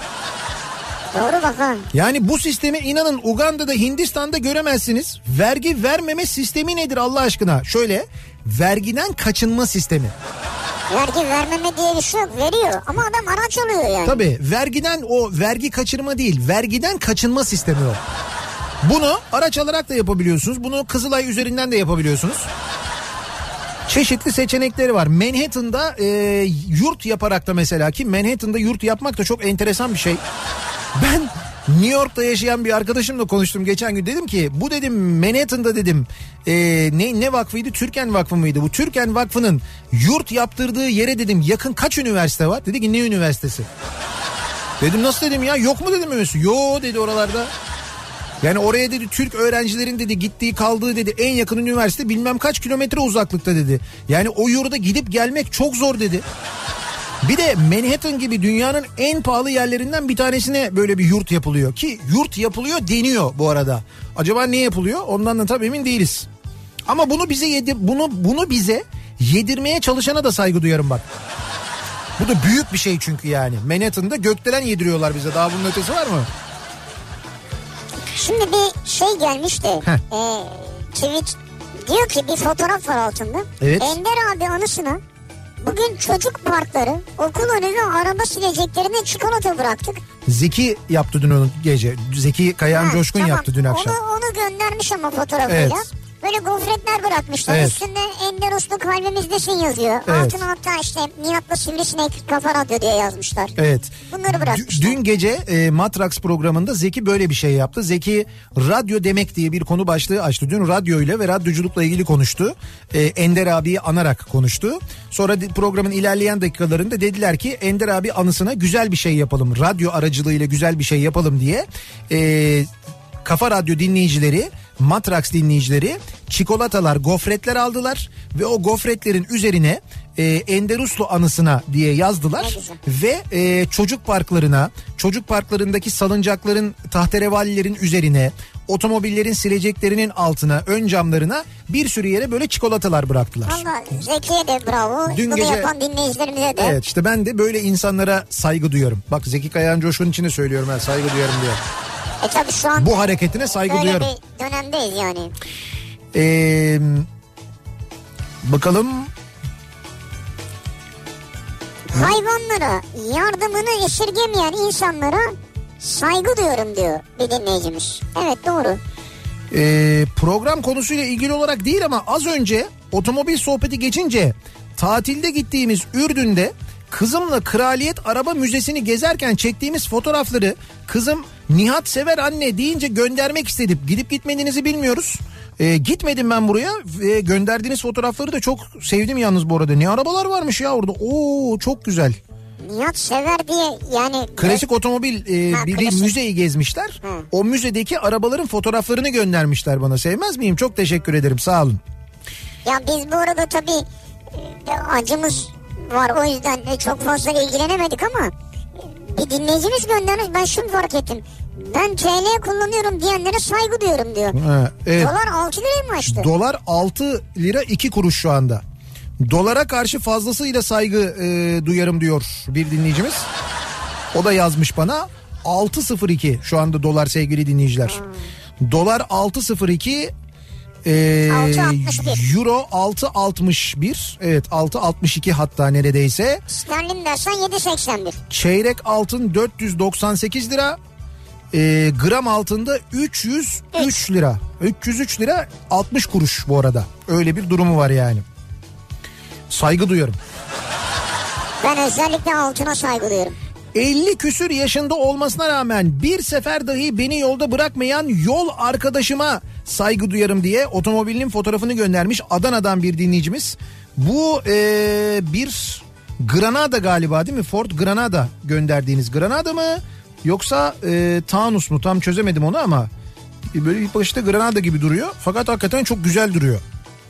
Doğru bakalım. Yani bu sistemi inanın Uganda'da, Hindistan'da göremezsiniz. Vergi vermeme sistemi nedir Allah aşkına? Şöyle, vergiden kaçınma sistemi. Vergi vermeme diye bir şey yok, veriyor ama adam araç alıyor yani. Tabii vergiden, o vergi kaçırma değil, vergiden kaçınma sistemi o. Bunu araç alarak da yapabiliyorsunuz, bunu Kızılay üzerinden de yapabiliyorsunuz. Çeşitli seçenekleri var. Manhattan'da yurt yaparak da mesela, ki Manhattan'da yurt yapmak da çok enteresan bir şey. Ben New York'ta yaşayan bir arkadaşımla konuştum geçen gün, dedim ki bu dedim Manhattan'da dedim ne vakfıydı, Türken Vakfı mıydı? Bu Türken Vakfı'nın yurt yaptırdığı yere dedim yakın kaç üniversite var? Dedi ki ne üniversitesi? Dedim nasıl dedim ya, yok mu dedim üniversite? Yo dedi oralarda. Yani oraya dedi Türk öğrencilerin dedi gittiği kaldığı dedi en yakın üniversite bilmem kaç kilometre uzaklıkta dedi. Yani o yurda gidip gelmek çok zor dedi. Bir de Manhattan gibi dünyanın en pahalı yerlerinden bir tanesine böyle bir yurt yapılıyor. Ki yurt yapılıyor deniyor bu arada. Acaba ne yapılıyor? Ondan da tabii emin değiliz. Ama bunu bize yedirmeye çalışana da saygı duyarım bak. Bu da büyük bir şey çünkü yani. Manhattan'da gökdelen yediriyorlar bize. Daha bunun ötesi var mı? Şimdi bir şey gelmiş de tweet diyor ki, bir fotoğraf var altında. Evet. Ender abi anısına bugün çocuk parkları, okul önü ve araba sileceklerine çikolata bıraktık. Zeki yaptı dün onu gece. Zeki Kayağan Coşkun yaptı dün akşam. Onu göndermiş ama fotoğrafıyla. Evet. böyle gofretler bırakmışlar. Evet. Üstünde Ender Uslu kalbimizdesin yazıyor. Evet. Altına hatta işte Nihat'la Sivrisinek Kafa Radyo diye yazmışlar. Evet. Bunları bırakmışlar. Dün gece Matrax programında Zeki böyle bir şey yaptı. Zeki radyo demek diye bir konu başlığı açtı. Dün radyoyla ve radyoculukla ilgili konuştu. Ender abiyi anarak konuştu. Sonra programın ilerleyen dakikalarında dediler ki Ender abi anısına güzel bir şey yapalım. Radyo aracılığıyla güzel bir şey yapalım diye. Kafa Radyo dinleyicileri, Matrax dinleyicileri çikolatalar, gofretler aldılar ve o gofretlerin üzerine Ender Uslu anısına diye yazdılar ve çocuk parklarındaki salıncakların, tahterevallilerin üzerine, otomobillerin sileceklerinin altına, ön camlarına bir sürü yere böyle çikolatalar bıraktılar. Valla Zeki'ye de bravo. Dün Bunu gece, yapan dinleyicilerimize de. Evet, işte ben de böyle insanlara saygı duyuyorum. Bak Zeki Kayağan Coşkun'un içine söylüyorum, ben saygı duyuyorum diye. Tabii şu an bu hareketine saygı böyle duyuyorum. bir dönemdeyiz yani. Bakalım. Hayvanlara yardımını esirgemeyen insanlara saygı duyuyorum diyor bir dinleyicimiz. Evet, doğru. Program konusuyla ilgili olarak değil ama az önce otomobil sohbeti geçince tatilde gittiğimiz Ürdün'de kızımla Kraliyet Araba Müzesi'ni gezerken çektiğimiz fotoğrafları kızım Nihat sever anne deyince göndermek istedim. Gidip gitmediğinizi bilmiyoruz. Gitmedim ben buraya ve gönderdiğiniz fotoğrafları da çok sevdim yalnız bu arada. Ne arabalar varmış ya orada. Oo, çok güzel. Nihat sever diye yani. Klasik otomobil bir müzeyi gezmişler. Hı. O müzedeki arabaların fotoğraflarını göndermişler bana. Sevmez miyim? Çok teşekkür ederim, sağ olun. Ya biz bu arada tabii acımız var, o yüzden çok fazla ilgilenemedik ama bir dinleyicimiz göndermiş, ben şunu fark ettim. Ben TL kullanıyorum diyenlere saygı duyuyorum diyor. Evet. Dolar 6 liraya mı açtı? Dolar 6 lira 2 kuruş şu anda. Dolara karşı fazlasıyla saygı duyarım diyor bir dinleyicimiz. O da yazmış bana. 6.02 şu anda dolar sevgili dinleyiciler. Dolar 6.02, Euro 6.61, evet 6.62 hatta neredeyse. Sterlin dersen 7.81. Çeyrek altın 498 lira. Gram altında 303 lira. 303 lira 60 kuruş bu arada. Öyle bir durumu var yani. Saygı duyuyorum. Ben özellikle altına saygı duyuyorum. 50 küsür yaşında olmasına rağmen bir sefer dahi beni yolda bırakmayan yol arkadaşıma saygı duyarım diye otomobilinin fotoğrafını göndermiş Adana'dan bir dinleyicimiz. Bu bir Granada galiba, değil mi? Ford Granada gönderdiğiniz Granada mı? Yoksa Taunus mu? Tam çözemedim onu ama böyle bir başta Granada gibi duruyor. Fakat hakikaten çok güzel duruyor.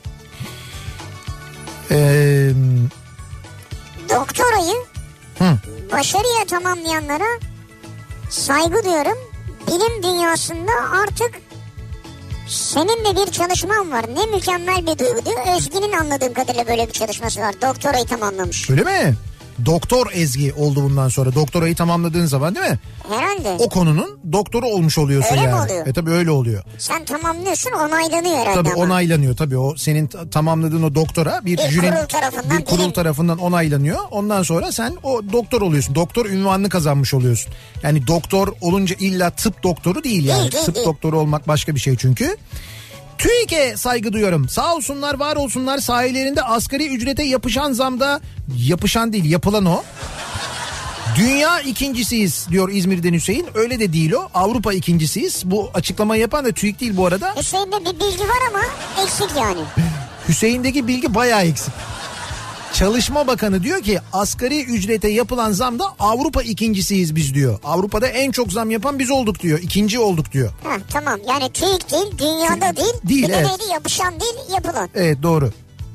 Doktorayı başarıya tamamlayanlara saygı duyuyorum. Bilim dünyasında artık seninle bir çalışman var. Ne mükemmel bir duygu diyor. Ezgi'nin anladığım kadarıyla böyle bir çalışması var. Doktorayı tamamlamış. Öyle mi? Doktor Ezgi oldu bundan sonra. Doktorayı tamamladığın zaman, değil mi? Herhalde. O konunun doktoru olmuş oluyorsun öyle yani. Mi oluyor? Tabii öyle oluyor. Sen tamamlıyorsun, onaylanıyor herhalde. Tabii ama. onaylanıyor tabii, o senin tamamladığın o doktora bir kurul tarafından onaylanıyor. Ondan sonra sen o doktor oluyorsun. Doktor unvanını kazanmış oluyorsun. Yani doktor olunca illa tıp doktoru değil yani. Tıp doktoru olmak başka bir şey çünkü. TÜİK'e saygı duyuyorum. Sağ olsunlar, var olsunlar, sahilerinde asgari ücrete yapışan zamda, yapışan değil yapılan o. Dünya ikincisiyiz diyor İzmir'den Hüseyin. Öyle de değil o. Avrupa ikincisiyiz. Bu açıklamayı yapan da TÜİK değil bu arada. Hüseyin'de bir bilgi var ama eksik yani. Hüseyin'deki bilgi bayağı eksik. Çalışma Bakanı diyor ki asgari ücrete yapılan zamda Avrupa ikincisiyiz biz diyor. Avrupa'da en çok zam yapan biz olduk diyor. İkinci olduk diyor. Tamam, yani TÜİK değil, dünyada değil. Değil, bir de evet. neydi, yapışan değil, yapılan. Evet, doğru.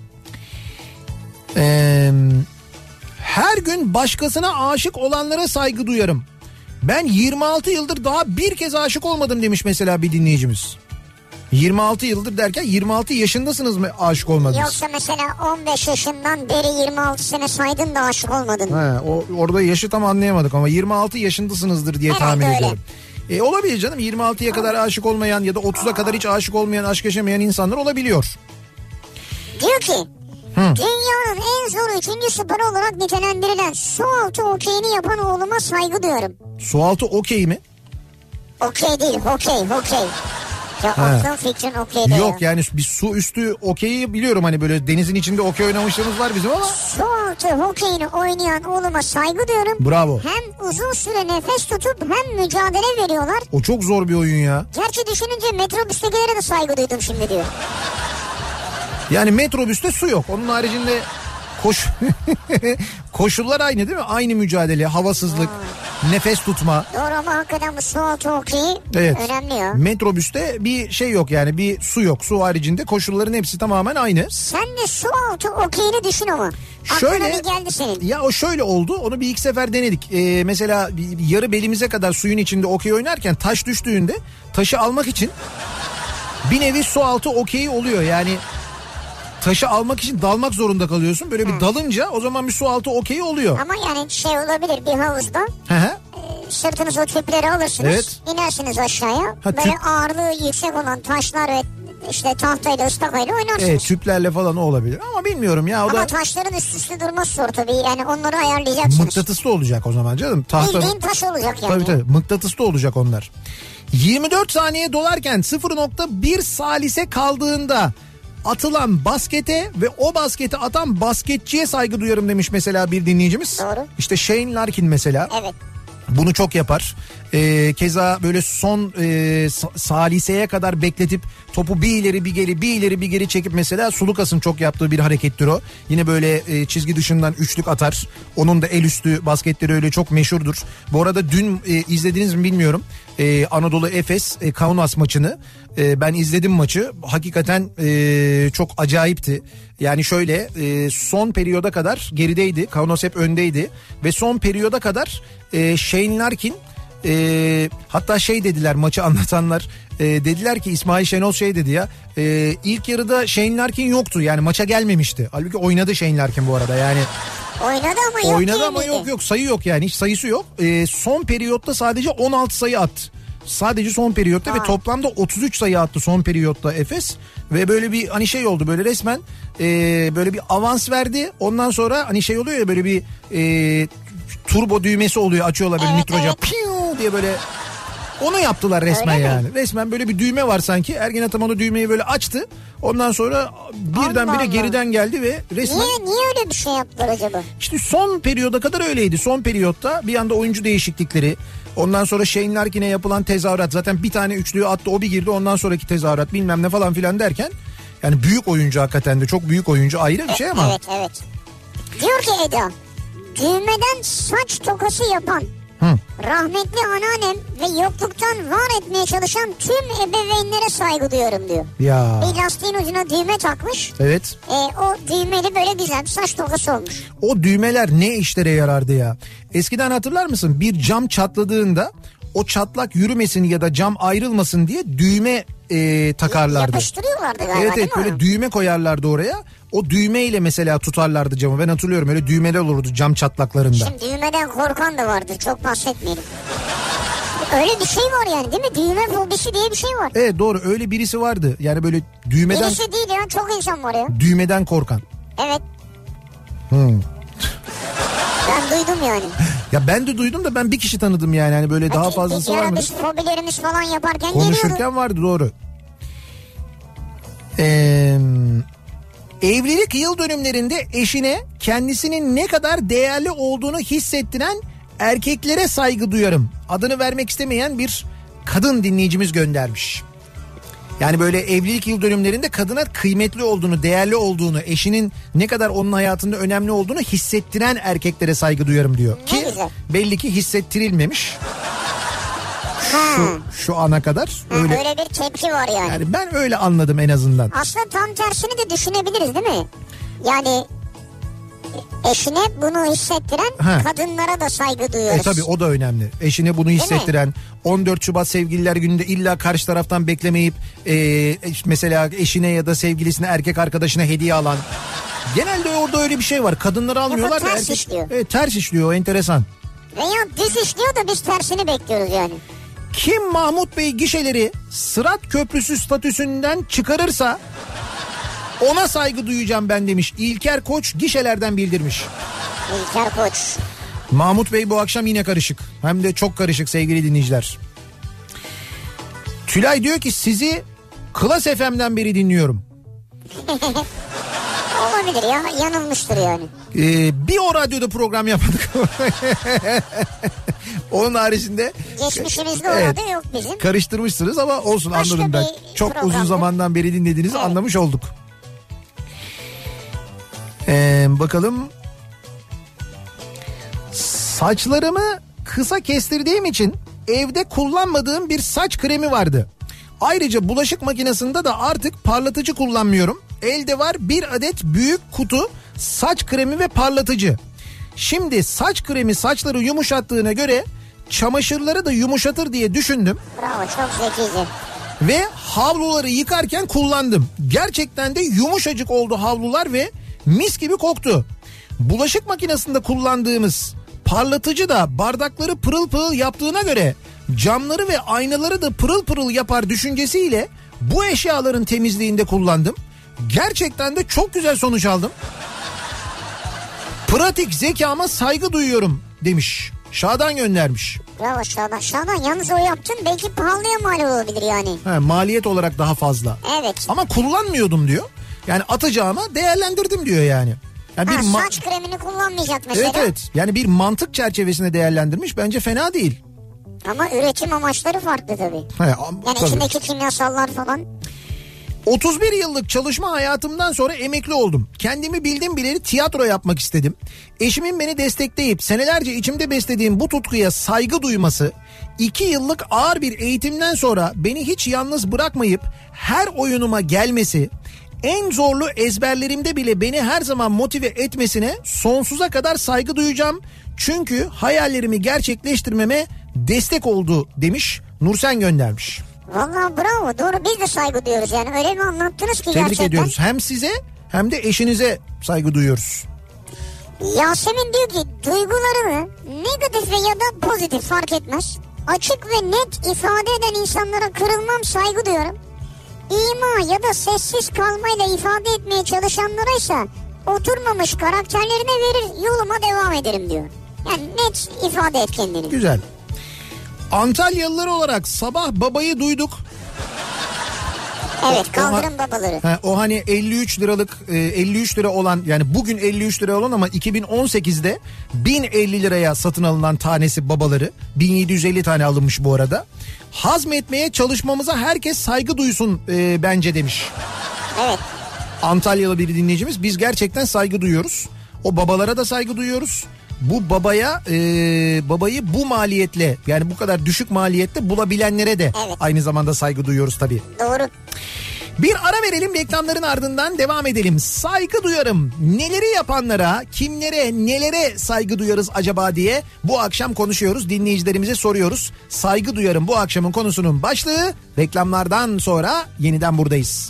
Her gün başkasına aşık olanlara saygı duyarım. Ben 26 yıldır daha bir kez aşık olmadım demiş mesela bir dinleyicimiz. 26 yıldır derken 26 yaşındasınız mı aşık olmadınız? Yoksa mesela 15 yaşından beri 26 sene saydın da aşık olmadın. Orada yaşı tam anlayamadık ama 26 yaşındasınızdır diye herhalde tahmin öyle ediyorum. Olabilir canım, 26'ya kadar aşık olmayan ya da 30'a kadar hiç aşık olmayan, aşk yaşamayan insanlar olabiliyor. Diyor ki dünyanın en zor 3. sporu olarak nitelendirilen sualtı okeyini yapan oğluma saygı duyuyorum. Sualtı okey mi? Okey değil, hokey. Ya aklın fikrin okeyde ya. Yok yani bir su üstü okeyi biliyorum, hani böyle denizin içinde okey oynamışlığımız var bizim ama. Su altı hokeyini oynayan oğluma saygı duyuyorum. Bravo. Hem uzun süre nefes tutup hem mücadele veriyorlar. O çok zor bir oyun ya. Gerçi düşününce metrobüstekilere de saygı duydum şimdi diyor. Yani metrobüste su yok. Onun haricinde koşullar aynı değil mi? Aynı mücadele, havasızlık, nefes tutma. Doğru ama hakikaten bu su altı hokeyi önemli ya. Metrobüste bir şey yok yani, bir su yok. Su haricinde koşulların hepsi tamamen aynı. Sen de su altı hokeyini düşün ama. Şöyle, aklına bir geldi senin. Ya o şöyle oldu, onu bir iki sefer denedik. Mesela yarı belimize kadar suyun içinde okey oynarken taş düştüğünde taşı almak için bir nevi su altı okeyi oluyor yani. Taşı almak için dalmak zorunda kalıyorsun. Böyle bir dalınca o zaman bir su altı okeyi oluyor. Ama yani şey olabilir, bir havuzda Hı. Sırtınıza o tüpleri alırsınız. Evet. İnersiniz aşağıya. Ha, böyle ağırlığı yüksek olan taşlar ve işte tahtayla ıstakayla oynarsınız. Evet, tüplerle falan o olabilir ama bilmiyorum ya. O ama da taşların üst üste durması zor tabii, yani onları ayarlayacaksınız. mıknatıslı olacak o zaman canım. Bildiğin taş olacak yani. Tabii mıknatıslı olacak onlar. 24 saniye dolarken 0.1 salise kaldığında atılan baskete ve o basketi atan basketçiye saygı duyarım demiş mesela bir dinleyicimiz. Doğru. İşte Shane Larkin mesela. Evet. Bunu çok yapar. Keza böyle son saliseye kadar bekletip topu bir ileri bir geri bir ileri bir geri çekip mesela Sulukas'ın çok yaptığı bir harekettir o. Yine böyle çizgi dışından üçlük atar. Onun da el üstü basketleri öyle çok meşhurdur. Bu arada dün izlediniz mi bilmiyorum. Anadolu Efes Kaunas maçını. Ben izledim maçı. Hakikaten çok acayipti. Yani şöyle son periyoda kadar gerideydi. Kaunas hep öndeydi. Ve son periyoda kadar Shane Larkin hatta şey dediler maçı anlatanlar, dediler ki İsmail Şenol şey dedi ya, ilk yarıda Shane Larkin yoktu yani maça gelmemişti. Halbuki oynadı Shane Larkin bu arada yani. Oynadı ama yok sayı yok yani, hiç sayısı yok. Son periyotta sadece 16 sayı attı. Sadece son periyotta ve toplamda 33 sayı attı son periyotta Efes. Ve böyle bir hani şey oldu, böyle resmen böyle bir avans verdi. Ondan sonra hani şey oluyor ya, böyle bir turbo düğmesi oluyor, açıyorlar böyle nitrojen piu diye böyle. Onu yaptılar resmen. Öyle yani. Resmen böyle bir düğme var sanki. Ergin Ataman o düğmeyi böyle açtı. Ondan sonra birdenbire geriden geldi ve resmen... Niye öyle bir şey yaptılar acaba? İşte son periyoda kadar öyleydi. Son periyotta bir anda oyuncu değişiklikleri. Ondan sonra Shane Larkin'e yapılan tezahürat. Zaten bir tane üçlüğü attı, o bir girdi. Ondan sonraki tezahürat bilmem ne falan filan derken. Yani büyük oyuncu hakikaten de, çok büyük oyuncu, ayrı bir şey ama. Evet. Diyor ki Eda, düğmeden saç tokası yapan rahmetli anneannem ve yokluktan var etmeye çalışan tüm ebeveynlere saygı duyuyorum diyor. Ya. Bir lastiğin ucuna düğme takmış. Evet. O düğmeli böyle güzel bir saç tokası olmuş. O düğmeler ne işlere yarardı ya? Eskiden hatırlar mısın? Bir cam çatladığında o çatlak yürümesin ya da cam ayrılmasın diye düğme takarlardı. Yapıştırıyorlardı galiba, evet değil mi böyle onu? Düğme koyarlardı oraya. O düğmeyle mesela tutarlardı camı. Ben hatırlıyorum, öyle düğmeler olurdu cam çatlaklarında. Şimdi düğmeden korkan da vardır, çok bahsetmeyelim. Öyle bir şey var yani, değil mi? Düğme fobisi diye bir şey var. Evet doğru, öyle birisi vardı. Yani böyle düğmeden... Birisi değil ya, çok insan var ya. Düğmeden korkan. Evet. Ben duydum yani. Ya ben de duydum da ben bir kişi tanıdım yani. Hani böyle daha fazlası var mı? Biz fobilerimiz falan yaparken konuşurken geliyordu. Vardı doğru. Evlilik yıl dönümlerinde eşine kendisinin ne kadar değerli olduğunu hissettiren erkeklere saygı duyarım. Adını vermek istemeyen bir kadın dinleyicimiz göndermiş. Yani böyle evlilik yıl dönümlerinde kadına kıymetli olduğunu, değerli olduğunu, eşinin ne kadar onun hayatında önemli olduğunu hissettiren erkeklere saygı duyarım diyor. Ne ki güzel. belli ki hissettirilmemiş. Şu ana kadar öyle. Öyle bir tepki var yani. Yani ben öyle anladım en azından. Aslında tam tersini de düşünebiliriz değil mi? Yani eşine bunu hissettiren kadınlara da saygı duyuyoruz. Tabii o da önemli. Eşine bunu hissettiren, 14 Şubat Sevgililer Günü'nde illa karşı taraftan beklemeyip mesela eşine ya da sevgilisine, erkek arkadaşına hediye alan. Genelde orada öyle bir şey var. Kadınları almıyorlar da ters işliyor. Evet, ters işliyor, enteresan. Veya düz işliyor da biz tersini bekliyoruz yani. Kim Mahmut Bey gişeleri Sırat Köprüsü statüsünden çıkarırsa ona saygı duyacağım ben demiş. İlker Koç gişelerden bildirmiş. İlker Koç. Mahmut Bey bu akşam yine karışık. Hem de çok karışık sevgili dinleyiciler. Tülay diyor ki sizi Klas FM'den beri dinliyorum. Olabilir ya, yanılmıştır yani. Bir o radyoda program yapmadık. Onun haricinde. Geçmişimizde o radyo yok bizim. Karıştırmışsınız ama olsun, başka anladım ben. Çok programdı. uzun zamandan beri dinlediğinizi anlamış olduk. Bakalım. Saçlarımı kısa kestirdiğim için evde kullanmadığım bir saç kremi vardı. Ayrıca bulaşık makinesinde de artık parlatıcı kullanmıyorum. Elde var bir adet büyük kutu saç kremi ve parlatıcı. Şimdi saç kremi saçları yumuşattığına göre çamaşırları da yumuşatır diye düşündüm. Bravo, çok zekice. Ve havluları yıkarken kullandım. Gerçekten de yumuşacık oldu havlular ve mis gibi koktu. Bulaşık makinesinde kullandığımız parlatıcı da bardakları pırıl pırıl yaptığına göre camları ve aynaları da pırıl pırıl yapar düşüncesiyle bu eşyaların temizliğinde kullandım. Gerçekten de çok güzel sonuç aldım. Pratik zekama saygı duyuyorum demiş. Şadan göndermiş. Bravo Şadan. Şadan yalnız o yaptın belki pahalıya mal olabilir yani. Maliyet olarak daha fazla. Evet. Ama kullanmıyordum diyor. Yani atacağıma değerlendirdim diyor yani. Yani saç kremini kullanmayacak mesela. Evet. Yani bir mantık çerçevesinde değerlendirmiş. Bence fena değil. Ama üretim amaçları farklı tabii. Yani tabii. içindeki kimyasallar falan. 31 yıllık çalışma hayatımdan sonra emekli oldum. Kendimi bildim bileli tiyatro yapmak istedim. Eşimin beni destekleyip senelerce içimde beslediğim bu tutkuya saygı duyması, 2 yıllık ağır bir eğitimden sonra beni hiç yalnız bırakmayıp her oyunuma gelmesi, en zorlu ezberlerimde bile beni her zaman motive etmesine sonsuza kadar saygı duyacağım. Çünkü hayallerimi gerçekleştirmeme destek oldu demiş. Nursen göndermiş. Vallahi bravo, doğru, biz de saygı duyuyoruz yani, öyle mi anlattınız ki Tebrik gerçekten. ediyoruz, hem size hem de eşinize saygı duyuyoruz. Yasemin diyor ki duygularını negatif ya da pozitif fark etmez, açık ve net ifade eden insanlara kırılmam, saygı duyuyorum. İma ya da sessiz kalmayla ifade etmeye çalışanlara ise oturmamış karakterlerine verir, yoluma devam ederim diyor. Yani net ifade et kendini. Güzel. Antalyalılar olarak sabah babayı duyduk. Evet, kaldırın babaları. O hani 53 liralık 53 lira olan, yani bugün 53 lira olan ama 2018'de 1050 liraya satın alınan tanesi babaları. 1750 tane alınmış bu arada. Hazmetmeye çalışmamıza herkes saygı duysun bence demiş. Evet. Antalyalı bir dinleyicimiz. Biz gerçekten saygı duyuyoruz. O babalara da saygı duyuyoruz. Bu babayı bu maliyetle, yani bu kadar düşük maliyette bulabilenlere de aynı zamanda saygı duyuyoruz tabii. Doğru. Bir ara verelim, reklamların ardından devam edelim. Saygı duyarım. Neleri yapanlara, kimlere, nelere saygı duyarız acaba diye bu akşam konuşuyoruz. Dinleyicilerimize soruyoruz. Saygı duyarım bu akşamın konusunun başlığı. Reklamlardan sonra yeniden buradayız.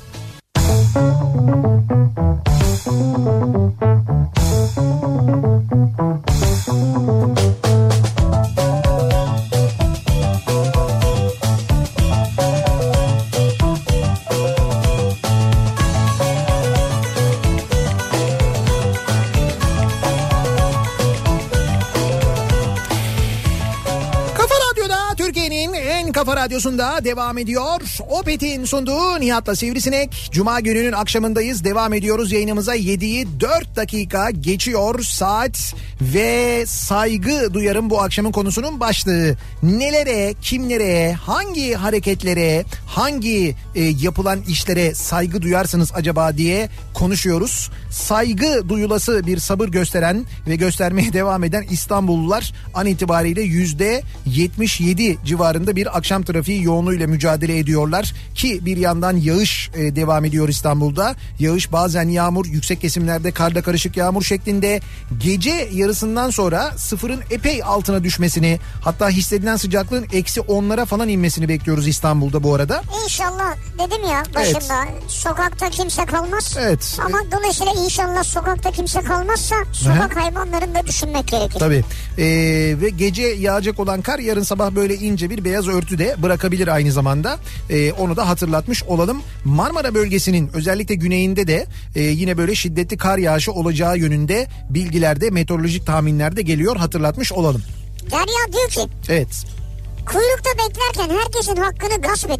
Kafa Radyosu'nda devam ediyor. Opet'in sunduğu Nihat'la Sivrisinek. Cuma gününün akşamındayız. Devam ediyoruz yayınımıza. 7'yi 4 dakika geçiyor saat ve saygı duyarım bu akşamın konusunun başlığı. Nelere, kimlere, hangi hareketlere, hangi yapılan işlere saygı duyarsınız acaba diye konuşuyoruz. Saygı duyulası bir sabır gösteren ve göstermeye devam eden İstanbullular an itibariyle %77 civarında bir akşam trafiği yoğunluğuyla mücadele ediyorlar ki bir yandan yağış devam ediyor İstanbul'da. Yağış bazen yağmur, yüksek kesimlerde karla karışık yağmur şeklinde. Gece yarısından sonra sıfırın epey altına düşmesini, hatta hissedilen sıcaklığın -10'lara falan inmesini bekliyoruz İstanbul'da bu arada. İnşallah dedim ya başında, sokakta kimse kalmaz. Evet. Ama dolayısıyla inşallah sokakta kimse kalmazsa sokak hayvanlarını da düşünmek gerekir. Tabii. Ve gece yağacak olan kar yarın sabah böyle ince bir beyaz örtü de bırakabilir aynı zamanda. Onu da hatırlatmış olalım. Marmara bölgesinin özellikle güneyinde de yine böyle şiddetli kar yağışı olacağı yönünde bilgilerde, meteorolojik tahminlerde geliyor, hatırlatmış olalım. Derya diyor ki. Evet. Kuyrukta beklerken herkesin hakkını gasp edip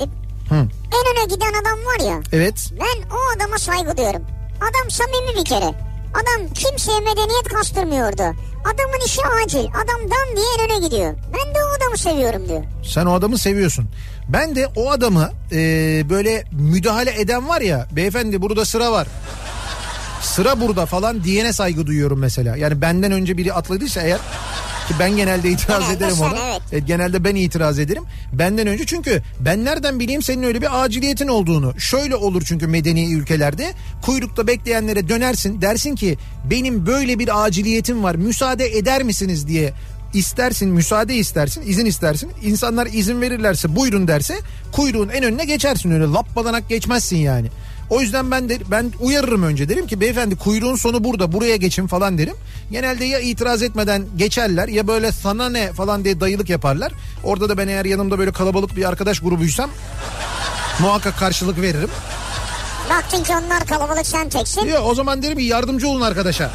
En öne giden adam var ya. Evet. Ben o adama saygı duyuyorum. Adam samimi bir kere. Adam kimseye medeniyet kastırmıyordu. Adamın işi acil. Adam dan diye en öne gidiyor. Ben de o adamı seviyorum diyor. Sen o adamı seviyorsun. Ben de o adamı böyle müdahale eden var ya, beyefendi burada sıra var, sıra burada falan diyene saygı duyuyorum mesela. Yani benden önce biri atladıysa eğer, ki ben genelde itiraz ederim ona. Evet. Genelde ben itiraz ederim. Benden önce, çünkü ben nereden bileyim senin öyle bir aciliyetin olduğunu. Şöyle olur çünkü medeni ülkelerde kuyrukta bekleyenlere dönersin, dersin ki benim böyle bir aciliyetim var, müsaade eder misiniz diye istersin, müsaade istersin, izin istersin. İnsanlar izin verirlerse, buyurun derse kuyruğun en önüne geçersin, öyle lappadanak geçmezsin yani. O yüzden ben uyarırım önce, derim ki beyefendi kuyruğun sonu burada, buraya geçin falan derim. Genelde ya itiraz etmeden geçerler ya böyle sana ne falan diye dayılık yaparlar. Orada da ben eğer yanımda böyle kalabalık bir arkadaş grubuysam muhakkak karşılık veririm. Baktın ki onlar kalabalık, sen teksin. Yok, o zaman derim ki yardımcı olun arkadaşa.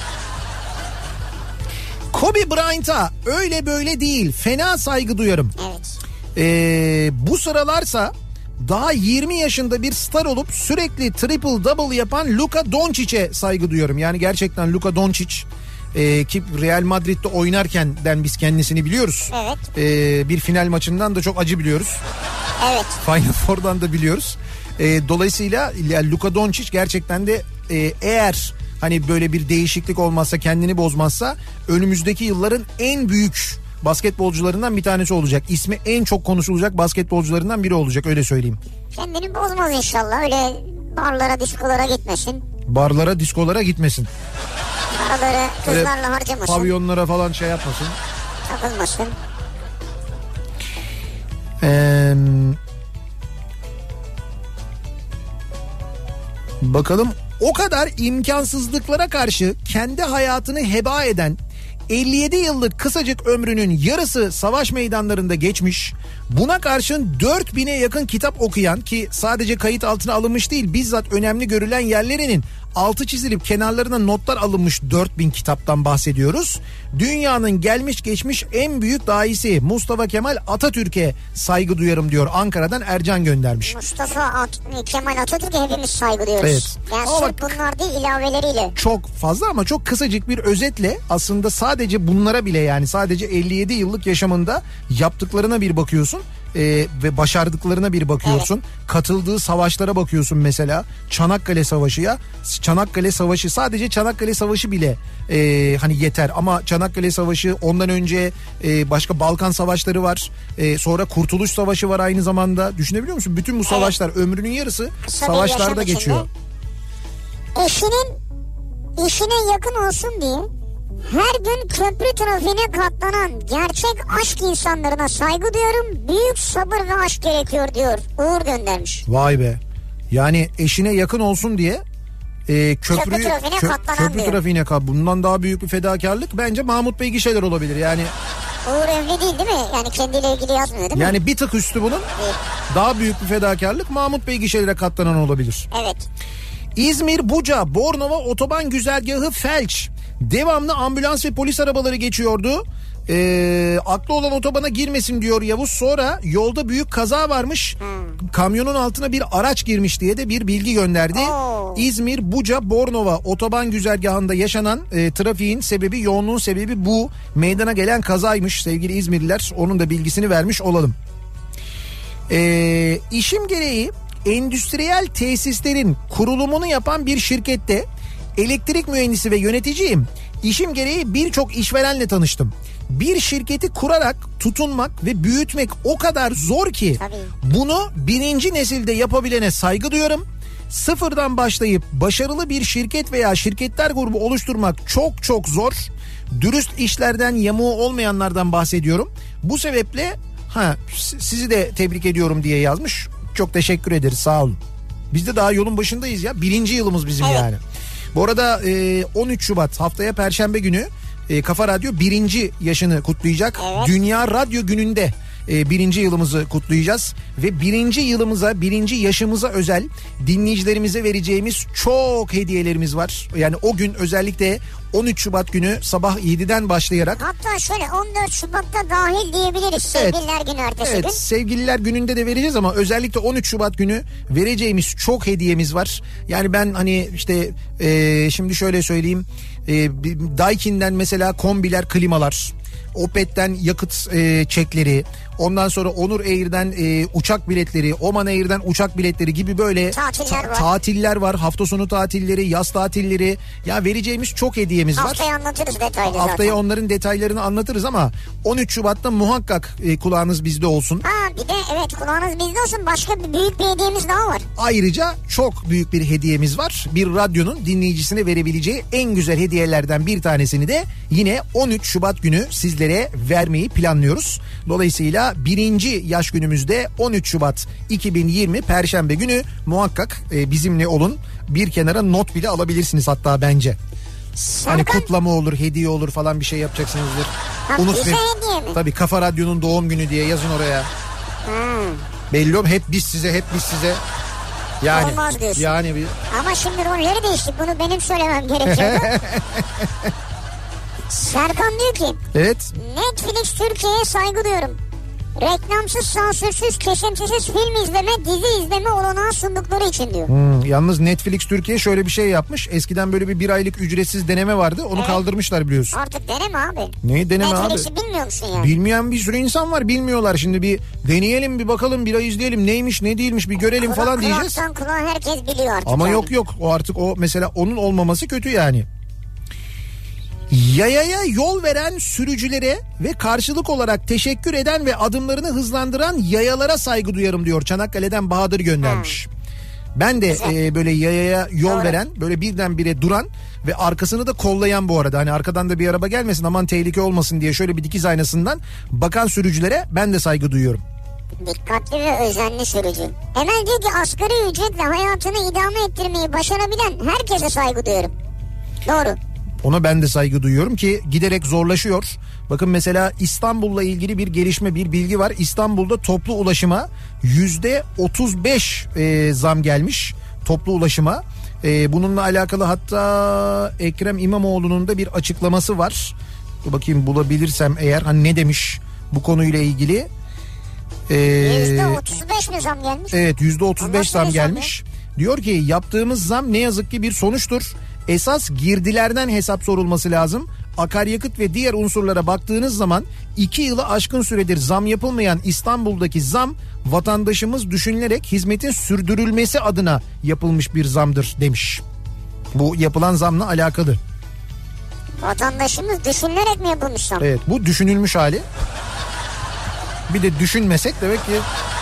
Kobe Bryant'a öyle böyle değil, fena saygı duyarım. Evet. Bu sıralarsa daha 20 yaşında bir star olup sürekli triple double yapan Luka Doncic'e saygı duyuyorum. Yani gerçekten Luka Doncic ki Real Madrid'de oynarkenden biz kendisini biliyoruz. Evet. Bir final maçından da çok acı biliyoruz. Evet. Final Four'dan da biliyoruz. Dolayısıyla Luka Doncic gerçekten de eğer hani böyle bir değişiklik olmazsa, kendini bozmazsa önümüzdeki yılların en büyük basketbolcularından bir tanesi olacak. İsmi en çok konuşulacak basketbolcularından biri olacak, öyle söyleyeyim. Kendini bozmaz inşallah, öyle barlara, diskolara gitmesin. Barlara, diskolara gitmesin. Paraları kızlarla harcamasın. Pavyonlara falan şey yapmasın. Takılmasın. Bakalım, o kadar imkansızlıklara karşı kendi hayatını heba eden 57 yıllık kısacık ömrünün yarısı savaş meydanlarında geçmiş. Buna karşın 4000'e yakın kitap okuyan, ki sadece kayıt altına alınmış değil, bizzat önemli görülen yerlerinin altı çizilip kenarlarına notlar alınmış 4000 kitaptan bahsediyoruz. Dünyanın gelmiş geçmiş en büyük dahisi Mustafa Kemal Atatürk'e saygı duyarım diyor. Ankara'dan Ercan göndermiş. Mustafa Kemal Atatürk'e hepimiz saygı duyuyoruz. Evet. Yani sırf bunlar değil, ilaveleriyle. Çok fazla ama çok kısacık bir özetle aslında sadece bunlara bile, yani sadece 57 yıllık yaşamında yaptıklarına bir bakıyorsun. Ve başardıklarına bir bakıyorsun. Evet. Katıldığı savaşlara bakıyorsun mesela. Çanakkale Savaşı, sadece Çanakkale Savaşı bile hani yeter. Ama Çanakkale Savaşı, ondan önce başka Balkan Savaşları var. Sonra Kurtuluş Savaşı var aynı zamanda. Düşünebiliyor musun? Bütün bu savaşlar, ömrünün yarısı savaşlarda geçiyor. Eşine yakın olsun diye her gün köprü trafiğine katlanan gerçek aşk insanlarına saygı duyuyorum. Büyük sabır ve aşk gerekiyor diyor. Uğur göndermiş. Vay be. Yani eşine yakın olsun diye köprü trafiğine katlanan. Bundan daha büyük bir fedakarlık bence Mahmut Bey gişeler olabilir yani. Uğur evli değil mi? Yani kendiyle ilgili yazmıyor değil mi? Yani bir tık üstü bunun. Evet. Daha büyük bir fedakarlık Mahmut Bey gişelere katlanan olabilir. Evet. İzmir, Buca, Bornova otoban güzergahı felç. Devamlı ambulans ve polis arabaları geçiyordu. Aklı olan otobana girmesin diyor Yavuz. Sonra yolda büyük kaza varmış. Kamyonun altına bir araç girmiş diye de bir bilgi gönderdi. İzmir, Buca, Bornova otoban güzergahında yaşanan trafiğin sebebi, yoğunluğun sebebi bu. Meydana gelen kazaymış sevgili İzmirliler. Onun da bilgisini vermiş olalım. İşim gereği endüstriyel tesislerin kurulumunu yapan bir şirkette elektrik mühendisi ve yöneticiyim. İşim gereği birçok işverenle tanıştım. Bir şirketi kurarak tutunmak ve büyütmek o kadar zor ki bunu birinci nesilde yapabilene saygı duyuyorum. Sıfırdan başlayıp başarılı bir şirket veya şirketler grubu oluşturmak çok çok zor. Dürüst işlerden yamuğu olmayanlardan bahsediyorum. Bu sebeple sizi de tebrik ediyorum diye yazmış. Çok teşekkür ederiz, sağ olun. Biz de daha yolun başındayız ya. 1. yılımız bizim yani. Bu arada 13 Şubat haftaya Perşembe günü Kafa Radyo 1. yaşını kutlayacak. Evet. Dünya Radyo Günü'nde birinci yılımızı kutlayacağız. Ve birinci yaşımıza özel dinleyicilerimize vereceğimiz çok hediyelerimiz var. Yani o gün özellikle 13 Şubat günü sabah 7'den başlayarak. Hatta şöyle 14 Şubat'ta dahil diyebiliriz, Sevgililer Günü ertesi gün. Evet, Sevgililer Günü'nde de vereceğiz ama özellikle 13 Şubat günü vereceğimiz çok hediyemiz var. Yani ben hani işte şimdi şöyle söyleyeyim, Daikin'den mesela kombiler, klimalar, Opet'ten yakıt çekleri, ondan sonra Onur Air'den uçak biletleri, Oman Air'den uçak biletleri gibi böyle tatiller var. Hafta sonu tatilleri, yaz tatilleri. Ya vereceğimiz çok hediyemiz var. Haftaya anlatırız detaylı zaten. Haftaya onların detaylarını anlatırız ama 13 Şubat'ta muhakkak kulağınız bizde olsun. Bir de evet, kulağınız bizde olsun, başka büyük bir hediyemiz daha var. Ayrıca çok büyük bir hediyemiz var. Bir radyonun dinleyicisine verebileceği en güzel hediyelerden bir tanesini de yine 13 Şubat günü sizlere vermeyi planlıyoruz. Dolayısıyla birinci yaş günümüzde 13 Şubat 2020 Perşembe günü muhakkak bizimle olun. Bir kenara not bile alabilirsiniz hatta bence. Hani kutlama olur, hediye olur falan, bir şey yapacaksınızdır. Unutmayın. Tabii Kafa Radyo'nun doğum günü diye yazın oraya. Belli olmuyor. Hep biz size. Yani, olmaz diyorsun. Yani bir... Ama şimdi rolleri değiştik. Bunu benim söylemem gerekiyordu. Serkan diyor ki, evet. Netflix Türkiye'ye saygı duyuyorum. Reklamsız, sansürsüz, kesintisiz film izleme, dizi izleme olanağı sundukları için diyor. Yalnız Netflix Türkiye şöyle bir şey yapmış. Eskiden böyle bir aylık ücretsiz deneme vardı. Onu kaldırmışlar biliyorsun. Artık deneme abi. Neyi deneme Netflix'i abi? Netflix'i bilmiyor musun yani? Bilmeyen bir sürü insan var, bilmiyorlar. Şimdi bir deneyelim, bir bakalım, bir ay izleyelim. Neymiş ne değilmiş bir görelim falan diyeceğiz. Kulaktan kulağa herkes biliyor artık. Ama yani. yok o artık o mesela onun olmaması kötü yani. Yayaya yol veren sürücülere ve karşılık olarak teşekkür eden ve adımlarını hızlandıran yayalara saygı duyarım diyor. Çanakkale'den Bahadır göndermiş. Ben de böyle yayaya yol veren, böyle birdenbire duran ve arkasını da kollayan, bu arada hani arkadan da bir araba gelmesin, aman tehlike olmasın diye şöyle bir dikiz aynasından bakan sürücülere ben de saygı duyuyorum. Dikkatli ve özenli sürücü. Emel diyor ki asgari ücretle hayatını idame ettirmeyi başarabilen herkese saygı duyuyorum. Doğru. Ona ben de saygı duyuyorum ki giderek zorlaşıyor. Bakın mesela İstanbul'la ilgili bir gelişme, bir bilgi var. İstanbul'da toplu ulaşıma %35 zam gelmiş. Toplu ulaşıma. Bununla alakalı hatta Ekrem İmamoğlu'nun da bir açıklaması var. Dur bakayım bulabilirsem eğer, hani ne demiş bu konuyla ilgili. %35 mi zam gelmiş? Evet, %35 zam gelmiş. Diyor ki yaptığımız zam ne yazık ki bir sonuçtur. Esas girdilerden hesap sorulması lazım. Akaryakıt ve diğer unsurlara baktığınız zaman 2 yılı aşkın süredir zam yapılmayan İstanbul'daki zam vatandaşımız düşünülerek hizmetin sürdürülmesi adına yapılmış bir zamdır demiş. Bu yapılan zamla alakalı. Vatandaşımız düşünülerek mi yapılmış zam? Evet, bu düşünülmüş hali. Bir de düşünmesek demek ki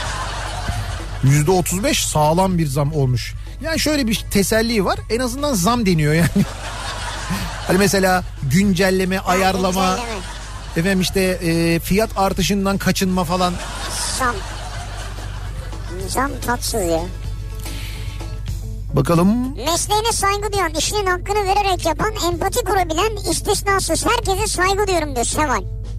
%35 sağlam bir zam olmuş. Yani şöyle bir teselli var. En azından zam deniyor yani. Hani mesela güncelleme, ayarlama, efendim işte fiyat artışından kaçınma falan. Zam tatsız ya. Bakalım. Mesleğine saygı duyan, işinin hakkını vererek yapan, empati kurabilen, istisnasız herkese saygı duyuyorum diyor Seval.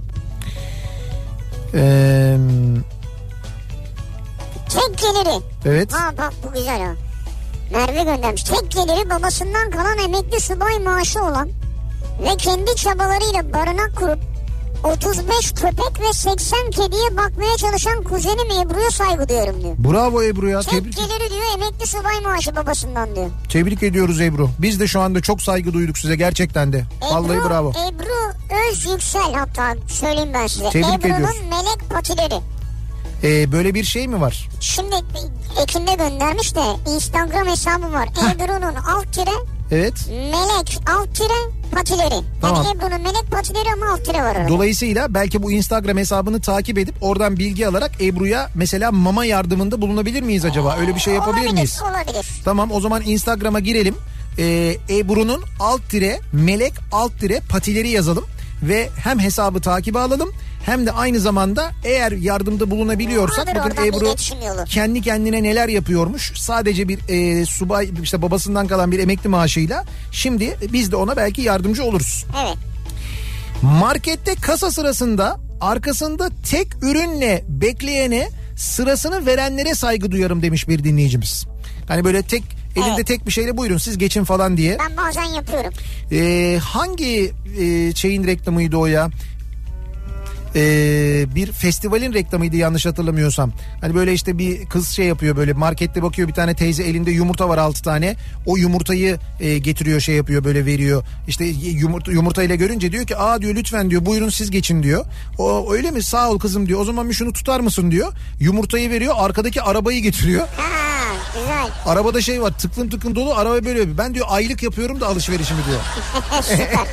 Tek geliri. Evet. Bak bu güzel ha. Merve göndermiş. Tek geliri babasından kalan emekli subay maaşı olan ve kendi çabalarıyla barınak kurup 35 köpek ve 80 kediye bakmaya çalışan kuzenim Ebru'ya saygı duyuyorum diyor. Bravo Ebru ya. Tek geliri diyor, emekli subay maaşı babasından diyor. Tebrik ediyoruz Ebru. Biz de şu anda çok saygı duyduk size gerçekten de. Vallahi bravo. Ebru Özyüksel, hatta söyleyeyim ben size. Tebrik Ebru'nun ediyoruz. melek patileri. Böyle bir şey mi var? Şimdi Ekin'de göndermiş de Instagram hesabı var. Ebru'nun alt tire evet. Melek alt tire patileri. Tamam. Yani Ebru'nun melek patileri ama alt tire var orada. Dolayısıyla belki bu Instagram hesabını takip edip oradan bilgi alarak Ebru'ya mesela mama yardımında bulunabilir miyiz acaba? Öyle bir şey yapabilir miyiz? Olabilir. Tamam, o zaman Instagram'a girelim. Ebru'nun alt tire melek alt tire patileri yazalım ve hem hesabı takibe alalım hem de aynı zamanda eğer yardımda bulunabiliyorsak, bakın Ebru kendi kendine neler yapıyormuş. Sadece bir subay, işte babasından kalan bir emekli maaşıyla şimdi biz de ona belki yardımcı oluruz. Evet. Markette kasa sırasında arkasında tek ürünle bekleyene, sırasını verenlere saygı duyarım demiş bir dinleyicimiz. Hani böyle tek elinde tek bir şeyle buyurun siz geçin falan diye. Ben bazen yapıyorum. Hangi şeyin reklamıydı o ya? Bir festivalin reklamıydı yanlış hatırlamıyorsam. Hani böyle işte bir kız şey yapıyor, böyle markette bakıyor, bir tane teyze elinde yumurta var 6 tane. O yumurtayı getiriyor, şey yapıyor, böyle veriyor. İşte yumurtayla görünce diyor ki aa diyor lütfen diyor buyurun siz geçin diyor. O öyle mi, sağ ol kızım diyor. O zaman bir şunu tutar mısın diyor. Yumurtayı veriyor, arkadaki arabayı getiriyor. Ha, güzel. Arabada şey var, tıklım tıklım dolu, araba böyle yapıyor. Ben diyor aylık yapıyorum da alışverişimi diyor. Süper.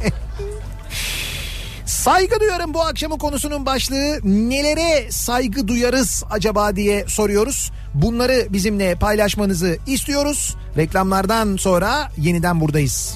Saygı duyarım bu akşamın konusunun başlığı. Nelere saygı duyarız acaba diye soruyoruz. Bunları bizimle paylaşmanızı istiyoruz. Reklamlardan sonra yeniden buradayız.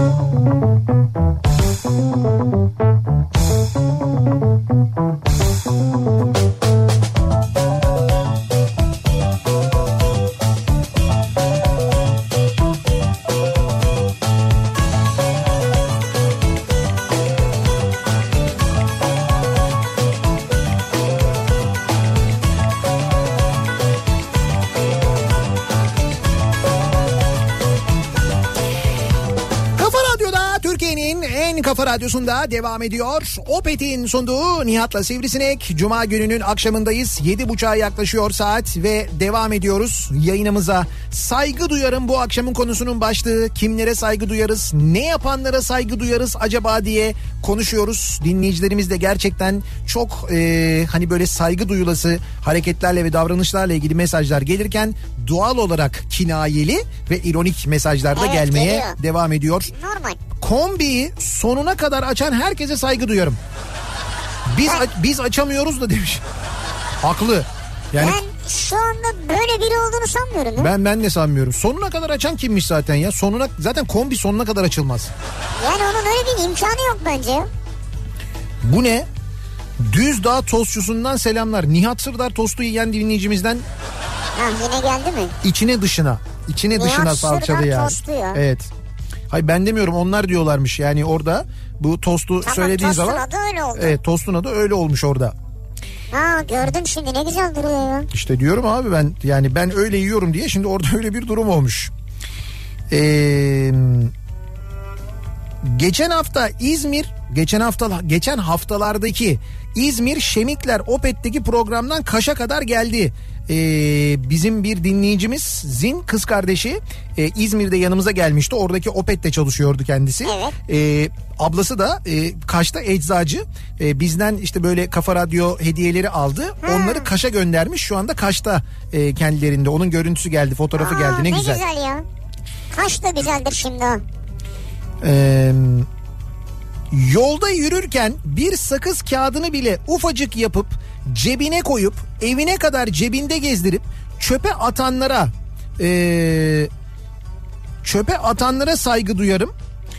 Kafa Radyosu'nda devam ediyor. Opet'in sunduğu Nihat'la Sivrisinek. Cuma gününün akşamındayız. 7.30'a yaklaşıyor saat ve devam ediyoruz yayınımıza. Saygı duyarım bu akşamın konusunun başlığı. Kimlere saygı duyarız? Ne yapanlara saygı duyarız acaba diye konuşuyoruz. Dinleyicilerimiz de gerçekten çok hani böyle saygı duyulası hareketlerle ve davranışlarla ilgili mesajlar gelirken doğal olarak kinayeli ve ironik mesajlar da gelmeye devam ediyor. Normal. Kombiyi sonuna kadar açan herkese saygı duyarım. Biz açamıyoruz da demiş. Haklı. Yani ben şu anda böyle biri olduğunu sanmıyorum. Ya. Ben de sanmıyorum. Sonuna kadar açan kimmiş zaten ya? Zaten kombi sonuna kadar açılmaz. Yani onun öyle bir imkanı yok bence. Bu ne? Düzdağ tostçusundan selamlar. Nihat Sırdar tostu yiyen dinleyicimizden. Ha, yine geldi mi? İçine dışına Nihat salçalı ya. Tostu ya. Evet. Hayır ben demiyorum, onlar diyorlarmış yani orada bu tostu söylediğin zaman. Tostun adı öyle oldu. Evet, tostun adı öyle olmuş orada. Ha, gördüm şimdi, ne güzel duruyor ya. İşte diyorum abi ben öyle yiyorum diye şimdi orada öyle bir durum olmuş. Geçen haftalardaki İzmir Şemikler Opet'teki programdan Kaş'a kadar geldi. Bizim bir dinleyicimizin kız kardeşi İzmir'de yanımıza gelmişti. Oradaki Opet'te çalışıyordu kendisi. Evet. Ablası da Kaş'ta eczacı. Bizden işte böyle Kafa Radyo hediyeleri aldı. Onları Kaş'a göndermiş. Şu anda Kaş'ta kendilerinde. Onun görüntüsü geldi, fotoğrafı geldi. Ne güzel. Ne güzel ya. Kaş da güzeldir şimdi o. Yolda yürürken bir sakız kağıdını bile ufacık yapıp cebine koyup evine kadar cebinde gezdirip çöpe atanlara saygı duyarım.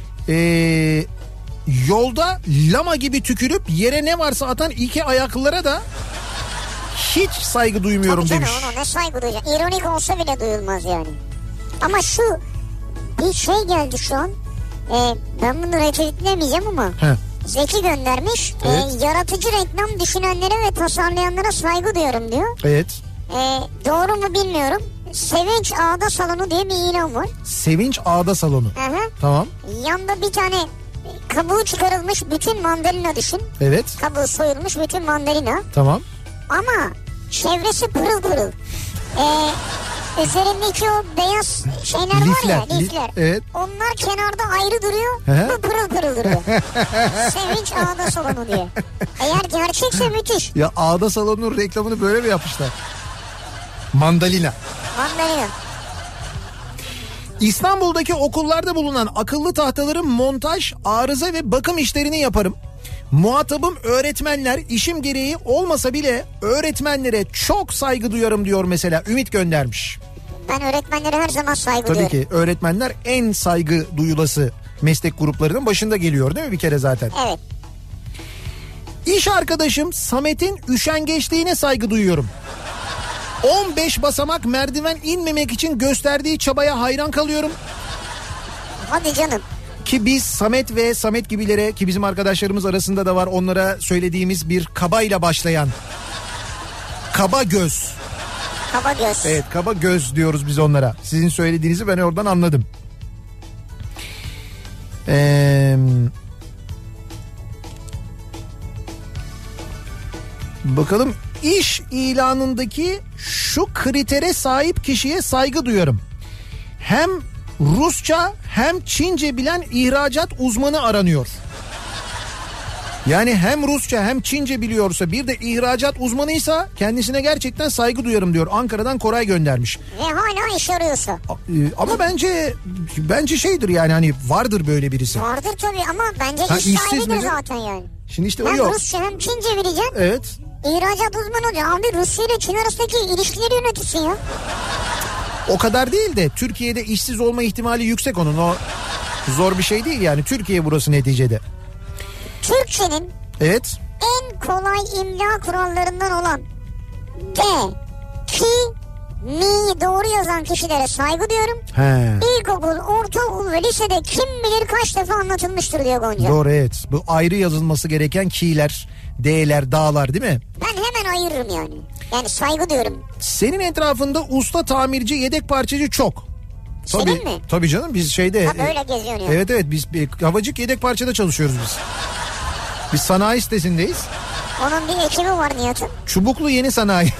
Yolda lama gibi tükürüp yere ne varsa atan iki ayaklılara da hiç saygı duymuyorum demiş. Ona ne saygı duyacak? İronik olsa bile duyulmaz yani. Ama şu bir şey geldi şu an. Ben bunu retweetlemeyeceğim ama. Zeki göndermiş. Evet. Yaratıcı reklam düşünenlere ve tasarlayanlara saygı duyuyorum diyor. Evet. Doğru mu bilmiyorum. Sevinç Ağda Salonu diye bir ilan var. Sevinç Ağda Salonu. Hı-hı. Tamam. Yanında bir tane kabuğu çıkarılmış bütün mandalina düşün. Evet. Kabuğu soyulmuş bütün mandalina. Tamam. Ama çevresi pırıl pırıl. Üzerindeki o beyaz şeyler lifler, var ya, lifler. Evet. Onlar kenarda ayrı duruyor. Bu pırıl pırıl duruyor. Sevinç Ağda Salonu diye. Eğer gerçekse müthiş. Ya Ağda Salonu'nun reklamını böyle mi yapmışlar? Mandalina. İstanbul'daki okullarda bulunan akıllı tahtaların montaj, arıza ve bakım işlerini yaparım. Muhatabım öğretmenler, işim gereği olmasa bile öğretmenlere çok saygı duyarım diyor mesela. Ümit göndermiş. Ben öğretmenlere her zaman saygı duyuyorum. Tabii ki öğretmenler en saygı duyulası meslek gruplarının başında geliyor değil mi bir kere zaten? Evet. İş arkadaşım Samet'in üşengeçliğine saygı duyuyorum. 15 basamak merdiven inmemek için gösterdiği çabaya hayran kalıyorum. Hadi canım. Ki biz Samet ve Samet gibilere, ki bizim arkadaşlarımız arasında da var, onlara söylediğimiz bir kabayla başlayan kaba göz. Kaba göz. Evet, kaba göz diyoruz biz onlara. Sizin söylediğinizi ben oradan anladım. Bakalım, iş ilanındaki şu kritere sahip kişiye saygı duyarım. Hem Rusça hem Çince bilen ihracat uzmanı aranıyor. Yani hem Rusça hem Çince biliyorsa, bir de ihracat uzmanıysa kendisine gerçekten saygı duyarım diyor. Ankara'dan Koray göndermiş. Ve hala iş arıyorsa. Ama bence şeydir yani, hani vardır böyle birisi. Vardır tabii ama bence iş sahibidir zaten yani. Şimdi işte hem o yok. Rusça hem Çince bileceksin. Evet. İhracat uzmanı olacak. Abi Rusya ile Çin arasındaki ilişkileri yönetirsin ya. O kadar değil de Türkiye'de işsiz olma ihtimali yüksek onun. O zor bir şey değil yani. Türkiye burası neticede. Türkçenin evet, en kolay imla kurallarından olan D, Ki, Mi'yi doğru yazan kişilere saygı duyuyorum. İlkokul, ortaokul ve lisede kim bilir kaç defa anlatılmıştır diyor Gonca. Doğru, evet. Bu ayrı yazılması gereken ki'ler, D'ler, dağlar değil mi? Ben hemen ayırırım yani. Yani saygı duyuyorum. Senin etrafında usta, tamirci, yedek parçacı çok. Senin mi? Tabii canım, biz şeyde. Ha, böyle geziyorsun yani. Evet, biz Havacık yedek parçada çalışıyoruz biz. Biz sanayi sitesindeyiz. Onun bir ekibi var Nihat'ın. Çubuklu Yeni Sanayi.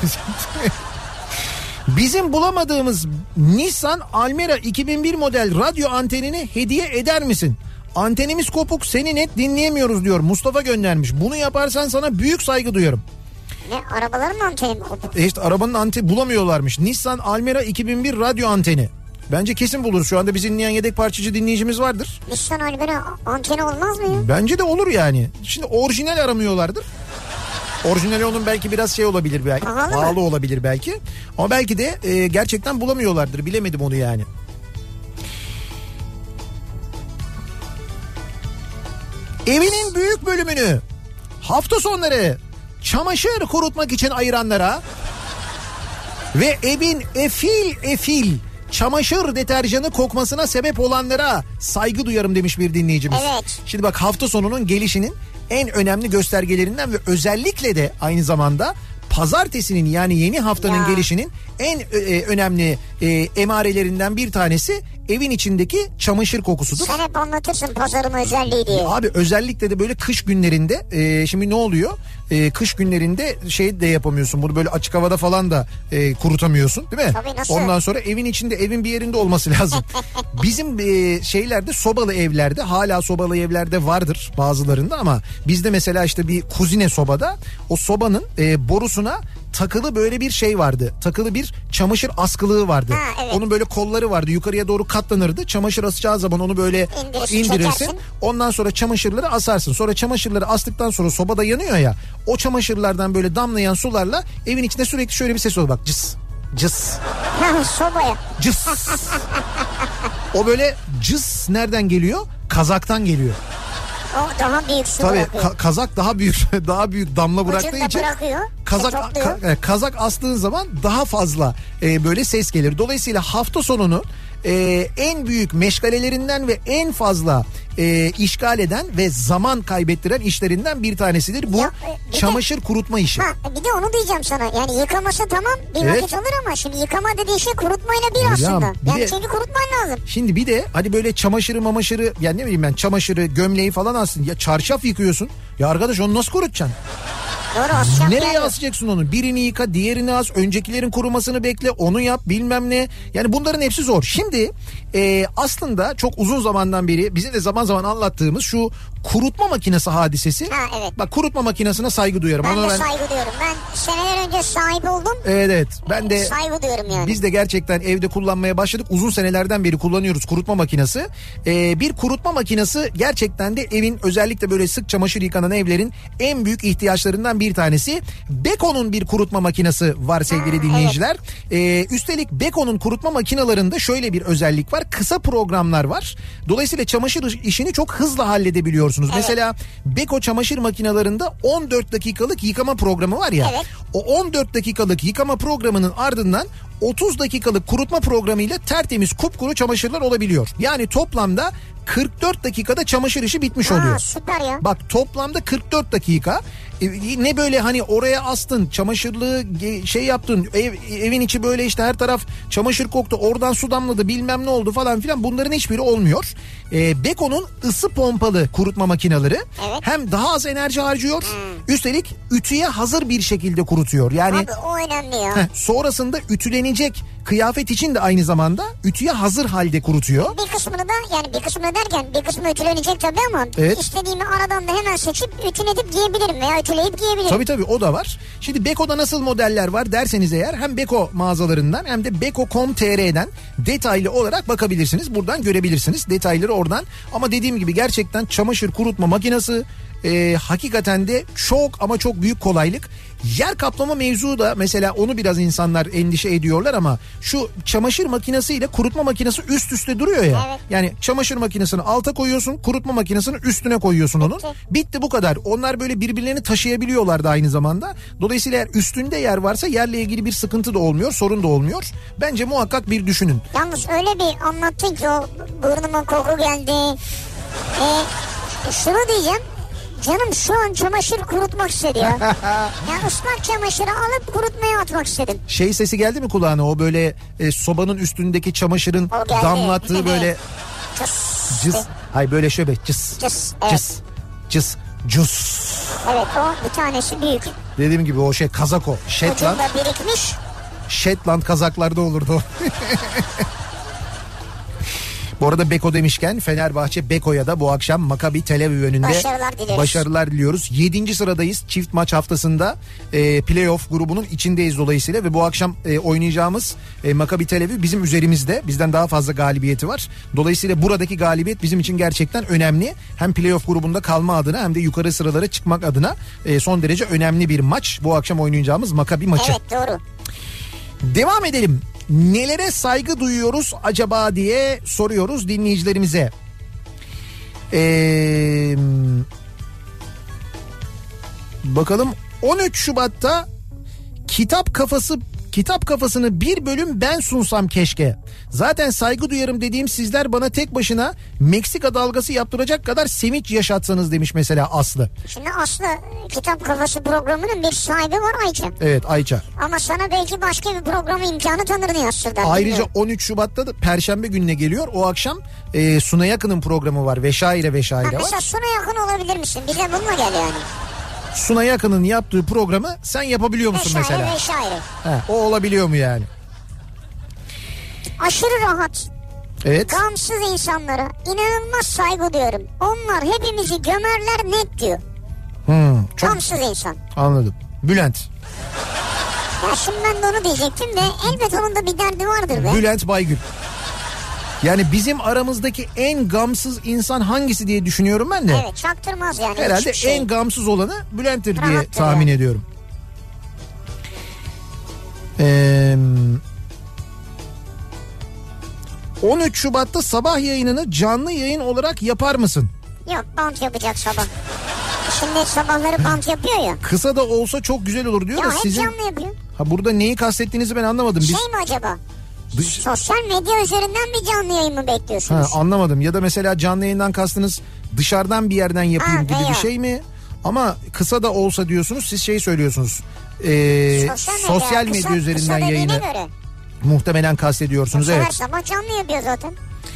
Bizim bulamadığımız Nissan Almera 2001 model radyo antenini hediye eder misin? Antenimiz kopuk, seni net dinleyemiyoruz diyor. Mustafa göndermiş. Bunu yaparsan sana büyük saygı duyarım. Ne, arabaların mı anteni mi kopuk? İşte arabanın anteni bulamıyorlarmış. Nissan Almera 2001 radyo anteni. Bence kesin buluruz. Şu anda bizi dinleyen yedek parçacı dinleyicimiz vardır. Nissan Almera anteni olmaz mı ya? Bence de olur yani. Şimdi orijinal aramıyorlardır. Orijinali onun belki biraz şey olabilir belki. Pahalı olabilir belki. Ama belki de gerçekten bulamıyorlardır. Bilemedim onu yani. Evinin büyük bölümünü hafta sonları çamaşır kurutmak için ayıranlara ve evin efil çamaşır deterjanı kokmasına sebep olanlara saygı duyarım demiş bir dinleyicimiz. Evet. Şimdi bak, hafta sonunun gelişinin en önemli göstergelerinden ve özellikle de aynı zamanda pazartesinin, yani yeni haftanın gelişinin en önemli emarelerinden bir tanesi evin içindeki çamaşır kokusudur. Sen hep anlatırsın pazarın özelliği diye. Abi özellikle de böyle kış günlerinde şimdi ne oluyor? Kış günlerinde şey de yapamıyorsun. Bunu böyle açık havada falan da kurutamıyorsun, değil mi? Tabii, nasıl? Ondan sonra evin içinde, evin bir yerinde olması lazım. Bizim şeylerde, sobalı evlerde, hala sobalı evlerde vardır bazılarında, ama bizde mesela işte bir kuzine sobada, o sobanın borusuna takılı böyle bir şey vardı. Takılı bir çamaşır askılığı vardı. Evet. Onun böyle kolları vardı. Yukarıya doğru katlanırdı. Çamaşır asacağı zaman onu böyle indirirsin. Çekersin. Ondan sonra çamaşırları asarsın. Sonra çamaşırları astıktan sonra sobada yanıyor ya. O çamaşırlardan böyle damlayan sularla evin içinde sürekli şöyle bir ses oluyor. Bak, cıs cıs. Sobaya. Cıs. O böyle cıs nereden geliyor? Kazaktan geliyor. O daha büyük su Tabii bırakıyor. kazak daha büyük damla bıraktığı Ucunda için bırakıyor, kazak astığın zaman daha fazla böyle ses gelir. Dolayısıyla hafta sonunu en büyük meşgalelerinden ve en fazla işgal eden ve zaman kaybettiren işlerinden bir tanesidir bu çamaşır kurutma işi. Bir de onu diyeceğim sana, yani yıkaması tamam bir vakit alır ama şimdi yıkama dediğin şey kurutmayla bir aslında. Yani çünkü kurutman lazım. Şimdi bir de hani böyle çamaşırı mamaşırı, yani ne bileyim ben, çamaşırı, gömleği falan aslında ya çarşaf yıkıyorsun. Ya arkadaş, onu nasıl kurutacaksın? Doğru, asacağım. Nereye asacaksın onu? Birini yıka, diğerini as, öncekilerin kurumasını bekle, onu yap, bilmem ne. Yani bunların hepsi zor. Şimdi aslında çok uzun zamandan beri bize de zaman zaman anlattığımız şu kurutma makinesi hadisesi. Evet. Bak, kurutma makinesine saygı duyuyorum. Ben de saygı duyuyorum. Ben seneler önce sahip oldum. Evet. Ben de saygı duyuyorum yani. Biz de gerçekten evde kullanmaya başladık. Uzun senelerden beri kullanıyoruz kurutma makinesi. Bir kurutma makinesi gerçekten de evin, özellikle böyle sık çamaşır yıkanan evlerin en büyük ihtiyaçlarından bir tanesi. Beko'nun bir kurutma makinesi var sevgili dinleyiciler. Evet. Üstelik Beko'nun kurutma makinalarında şöyle bir özellik var. Kısa programlar var. Dolayısıyla çamaşır işini çok hızlı halledebiliyorsunuz. Evet. Mesela Beko çamaşır makinalarında 14 dakikalık yıkama programı var ya. Evet. O 14 dakikalık yıkama programının ardından 30 dakikalık kurutma programıyla tertemiz kupkuru çamaşırlar olabiliyor. Yani toplamda 44 dakikada çamaşır işi bitmiş oluyor. Süper ya. Bak toplamda 44 dakika. Ne böyle hani oraya astın, çamaşırlığı şey yaptın, evin içi böyle işte her taraf çamaşır koktu, oradan su damladı, bilmem ne oldu falan filan, bunların hiçbiri olmuyor. Beko'nun ısı pompalı kurutma makineleri hem daha az enerji harcıyor, üstelik ütüye hazır bir şekilde kurutuyor. Yani abi o önemli ya. Sonrasında ütülenecek kıyafet için de aynı zamanda ütüye hazır halde kurutuyor. Bir kısmını da, yani bir kısmını derken bir kısmı ütülenecek tabii ama istediğimi aradan da hemen seçip ütületip giyebilirim veya ütüleyip giyebilirim. Tabii o da var. Şimdi Beko'da nasıl modeller var derseniz eğer, hem Beko mağazalarından hem de Beko.com.tr'den detaylı olarak bakabilirsiniz. Buradan görebilirsiniz detayları oradan. Ama dediğim gibi gerçekten çamaşır kurutma makinesi hakikaten de çok ama çok büyük kolaylık. Yer kaplama mevzu da mesela, onu biraz insanlar endişe ediyorlar ama şu çamaşır makinesiyle kurutma makinesi üst üste duruyor ya. Evet. Yani çamaşır makinesini alta koyuyorsun, kurutma makinesini üstüne koyuyorsun onun. Bitti bu kadar. Onlar böyle birbirlerini taşıyabiliyorlar da aynı zamanda. Dolayısıyla eğer üstünde yer varsa yerle ilgili bir sıkıntı da olmuyor, sorun da olmuyor. Bence muhakkak bir düşünün. Yalnız öyle bir anlattın ki o burnuma koku geldi. Şunu diyeceğim. Canım şu an çamaşır kurutmak istedi ya. Ya ıslak çamaşırı alıp kurutmaya atmak istedim. Şey sesi geldi mi kulağına, o böyle sobanın üstündeki çamaşırın damlattığı böyle cız. Hayır böyle şöyle cız. Cız. Cız. Cız. Evet, o bir tanesi büyük. Dediğim gibi o şey kazak o. Shetland. Ucunda birikmiş. Shetland kazaklarda olurdu o. Bu arada Beko demişken Fenerbahçe Beko'ya da bu akşam Maccabi Tel Aviv önünde başarılar diliyoruz. 7. sıradayız çift maç haftasında, playoff grubunun içindeyiz dolayısıyla ve bu akşam oynayacağımız Maccabi Tel Aviv bizim üzerimizde, bizden daha fazla galibiyeti var. Dolayısıyla buradaki galibiyet bizim için gerçekten önemli. Hem playoff grubunda kalma adına hem de yukarı sıralara çıkmak adına son derece önemli bir maç. Bu akşam oynayacağımız Maccabi maçı. Evet, doğru. Devam edelim. Nelere saygı duyuyoruz acaba diye soruyoruz dinleyicilerimize. Bakalım 13 Şubat'ta kitap kafasını bir bölüm ben sunsam keşke. Zaten saygı duyarım dediğim sizler bana tek başına Meksika dalgası yaptıracak kadar sevinç yaşatsanız demiş mesela Aslı. Şimdi Aslı kitap kafası programının bir sahibi var, Ayça. Evet, Ayça. Ama sana belki başka bir programı imkanı tanır diye Aslı'dan. Ayrıca bilmiyorum. 13 Şubat'ta da Perşembe gününe geliyor. O akşam Suna Yakın'ın programı var. Veşaire var. Mesela Suna Yakın olabilir misin? Bize bununla gel yani. Suna Yakın'ın yaptığı programı sen yapabiliyor musun mesela? Veşaire. O olabiliyor mu yani? Aşırı rahat. Evet. Gamsız insanlara inanılmaz saygı duyuyorum. Onlar hepimizi gömerler net diyor. Çok gamsız insan. Anladım. Bülent. Ya şimdi ben de onu diyecektim de elbet onun da bir derdi vardır be. Bülent Baygül. Yani bizim aramızdaki en gamsız insan hangisi diye düşünüyorum ben de. Evet, çaktırmaz yani. Herhalde en gamsız olanı Bülent'tir diye rahattır tahmin yani. ediyorum. 13 Şubat'ta sabah yayınını canlı yayın olarak yapar mısın? Yok, bant yapacak sabah. Şimdi sabahları bant yapıyor ya. Kısa da olsa çok güzel olur diyor ya da hep sizin... canlı yapıyor. Ha, burada neyi kastettiğinizi ben anlamadım. Şey mi acaba? Sosyal medya üzerinden bir canlı yayın mı bekliyorsunuz? Anlamadım. Ya da mesela canlı yayından kastınız dışarıdan bir yerden yapayım gibi bir şey mi? Ama kısa da olsa diyorsunuz, siz şey söylüyorsunuz. Sosyal medya üzerinden yayını göre muhtemelen kastediyorsunuz. Yoksa evet. Her sabah canlı yapıyor zaten.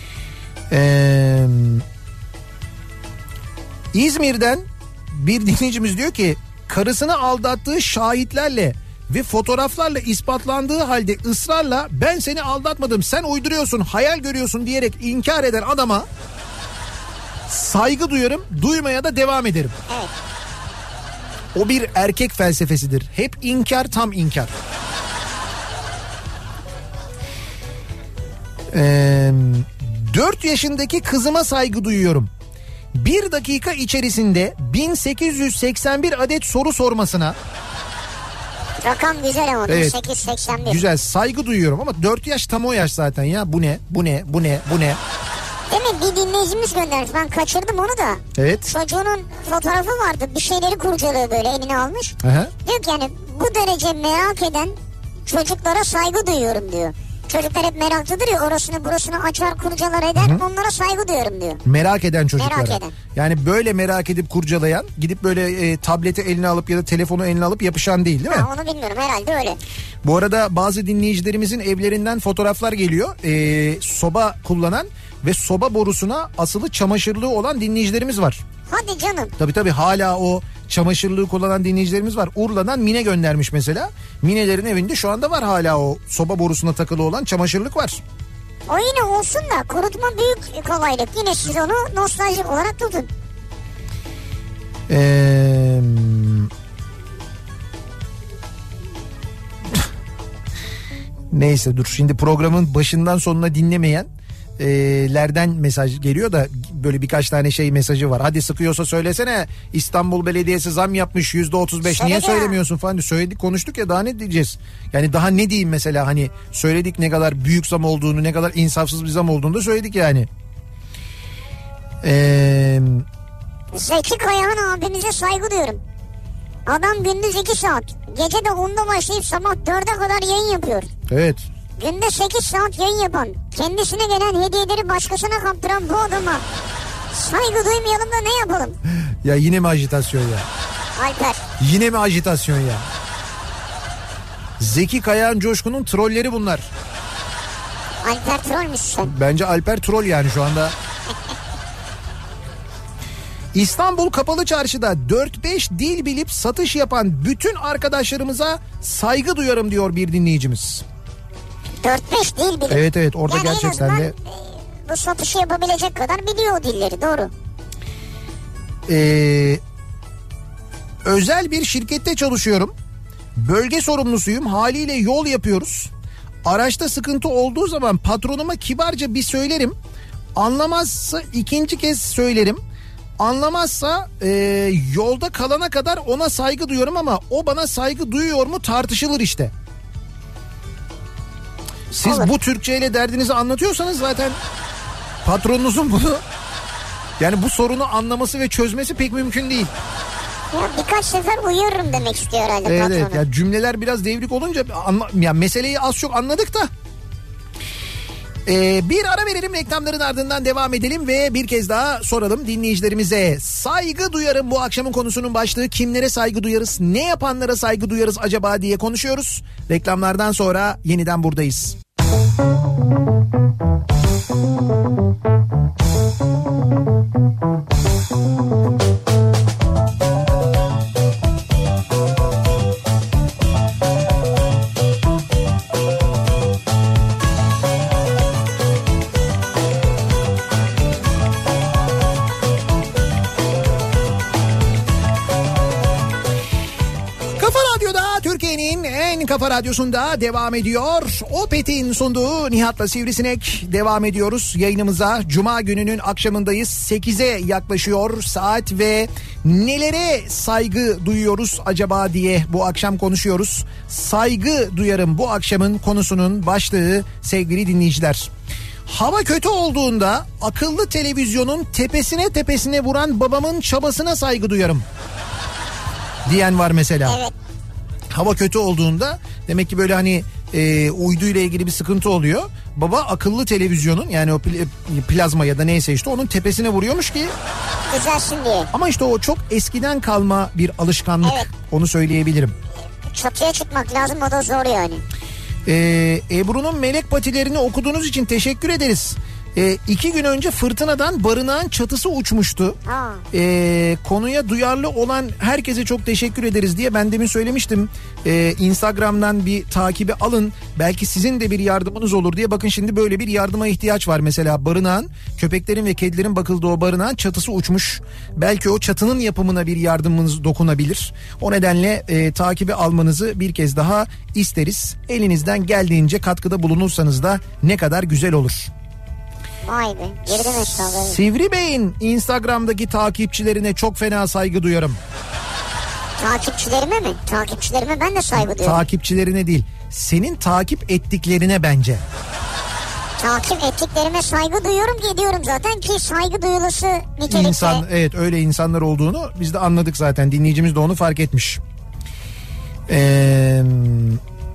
İzmir'den bir dinleyicimiz diyor ki karısını aldattığı şahitlerle ve fotoğraflarla ispatlandığı halde ısrarla ben seni aldatmadım, sen uyduruyorsun, hayal görüyorsun diyerek inkar eden adama saygı duyarım, duymaya da devam ederim. Evet. O bir erkek felsefesidir. Hep inkar, tam inkar. 4 yaşındaki kızıma saygı duyuyorum. 1 dakika içerisinde 1881 adet soru sormasına... Rakam güzel ama evet, 1881. Güzel, saygı duyuyorum ama 4 yaş tam o yaş zaten ya. Bu ne? Değil mi? Bir dinleyicimiz göndermiş. Ben kaçırdım onu da. Evet. Çocuğunun fotoğrafı vardı. Bir şeyleri kurcalıyor böyle, elini almış. Aha. Diyor ki yani bu derece merak eden Çocuklara saygı duyuyorum diyor. Çocuklar hep meraklıdır ya, orasını burasını açar kurcalar eder. Hı-hı. Onlara saygı duyuyorum diyor. Merak eden çocuklara. Merak eden. Yani böyle merak edip kurcalayan, gidip böyle tableti eline alıp ya da telefonu eline alıp yapışan değil mi? Onu bilmiyorum, herhalde öyle. Bu arada bazı dinleyicilerimizin evlerinden fotoğraflar geliyor. Soba kullanan ve soba borusuna asılı çamaşırlığı olan dinleyicilerimiz var. Hadi canım. Tabii hala o çamaşırlığı kullanan dinleyicilerimiz var. Urla'dan Mine göndermiş mesela. Minelerin evinde şu anda var hala o soba borusuna takılı olan çamaşırlık var. O yine olsun da kurutma büyük kolaylık. Yine siz onu nostaljik olarak tutun. Neyse dur, şimdi programın başından sonuna dinlemeyen lerden mesaj geliyor da böyle birkaç tane şey mesajı var. Hadi sıkıyorsa söylesene, İstanbul Belediyesi zam yapmış %35, niye söylemiyorsun falan. Söyledik, konuştuk ya, daha ne diyeceğiz? Yani daha ne diyeyim mesela, hani söyledik ne kadar büyük zam olduğunu, ne kadar insafsız bir zam olduğunu da söyledik yani. Zeki Kayahan abimize saygı duyuyorum. Adam gündüz 2 saat, gece de 10'da başlayıp sabah 4'e kadar yayın yapıyor. Evet. Günde 8 saat yayın yapan, kendisine gelen hediyeleri başkasına kaptıran bu adama saygı duymayalım da ne yapalım? Ya yine mi ajitasyon ya? Alper. Yine mi ajitasyon ya? Zeki Kayağan Coşkun'un trolleri bunlar. Alper trollmüşsün. Bence Alper troll yani şu anda. İstanbul Kapalı Çarşı'da 4-5 dil bilip satış yapan bütün arkadaşlarımıza saygı duyarım diyor bir dinleyicimiz. 4-5 dil bilip. Evet orada yani gerçekten de. Bu satışı yapabilecek kadar biliyor o dilleri, doğru. Özel bir şirkette çalışıyorum. Bölge sorumlusuyum, haliyle yol yapıyoruz. Araçta sıkıntı olduğu zaman patronuma kibarca bir söylerim. Anlamazsa ikinci kez söylerim. Anlamazsa yolda kalana kadar ona saygı duyuyorum ama o bana saygı duyuyor mu tartışılır işte. Siz bu Türkçeyle derdinizi anlatıyorsanız zaten patronunuzun bunu, yani bu sorunu anlaması ve çözmesi pek mümkün değil. Ya birkaç sefer uyuyorum demek istiyor herhalde patronu. Evet ya, cümleler biraz devrik olunca yani meseleyi az çok anladık da. Bir ara verelim, reklamların ardından devam edelim ve bir kez daha soralım dinleyicilerimize. Saygı duyarım bu akşamın konusunun başlığı. Kimlere saygı duyarız, ne yapanlara saygı duyarız acaba diye konuşuyoruz. Reklamlardan sonra yeniden buradayız. Kafa Radyosu'nda devam ediyor. Opet'in sunduğu Nihat'la Sivrisinek devam ediyoruz yayınımıza. Cuma gününün akşamındayız. 8'e yaklaşıyor saat ve nelere saygı duyuyoruz acaba diye bu akşam konuşuyoruz. Saygı duyarım bu akşamın konusunun başlığı sevgili dinleyiciler. Hava kötü olduğunda akıllı televizyonun tepesine vuran babamın çabasına saygı duyarım diyen var mesela. Evet. Hava kötü olduğunda demek ki böyle hani uyduyla ilgili bir sıkıntı oluyor. Baba akıllı televizyonun, yani o plazma ya da neyse işte onun tepesine vuruyormuş ki düzelsin diye. Ama işte o çok eskiden kalma bir alışkanlık. Evet. Onu söyleyebilirim. Çatıya çıkmak lazım, o da zor yani. Ebru'nun melek patilerini okuduğunuz için teşekkür ederiz. 2 gün önce fırtınadan barınağın çatısı uçmuştu. Konuya duyarlı olan herkese çok teşekkür ederiz diye ben demin söylemiştim. Instagram'dan bir takibi alın, belki sizin de bir yardımınız olur diye. Bakın şimdi böyle bir yardıma ihtiyaç var. Mesela barınağın, köpeklerin ve kedilerin bakıldığı o barınağın çatısı uçmuş. Belki o çatının yapımına bir yardımınız dokunabilir. O nedenle takibi almanızı bir kez daha isteriz. Elinizden geldiğince katkıda bulunursanız da ne kadar güzel olur. Vay be, girdim hesabı. Sivri Bey'in Instagram'daki takipçilerine çok fena saygı duyarım. Takipçilerime mi? Takipçilerime ben de saygı duyuyorum. Takipçilerine değil, senin takip ettiklerine bence. Takip ettiklerime saygı duyuyorum ki ediyorum zaten, ki saygı duyulası nitelikte. İnsan, evet, öyle insanlar olduğunu biz de anladık zaten, dinleyicimiz de onu fark etmiş.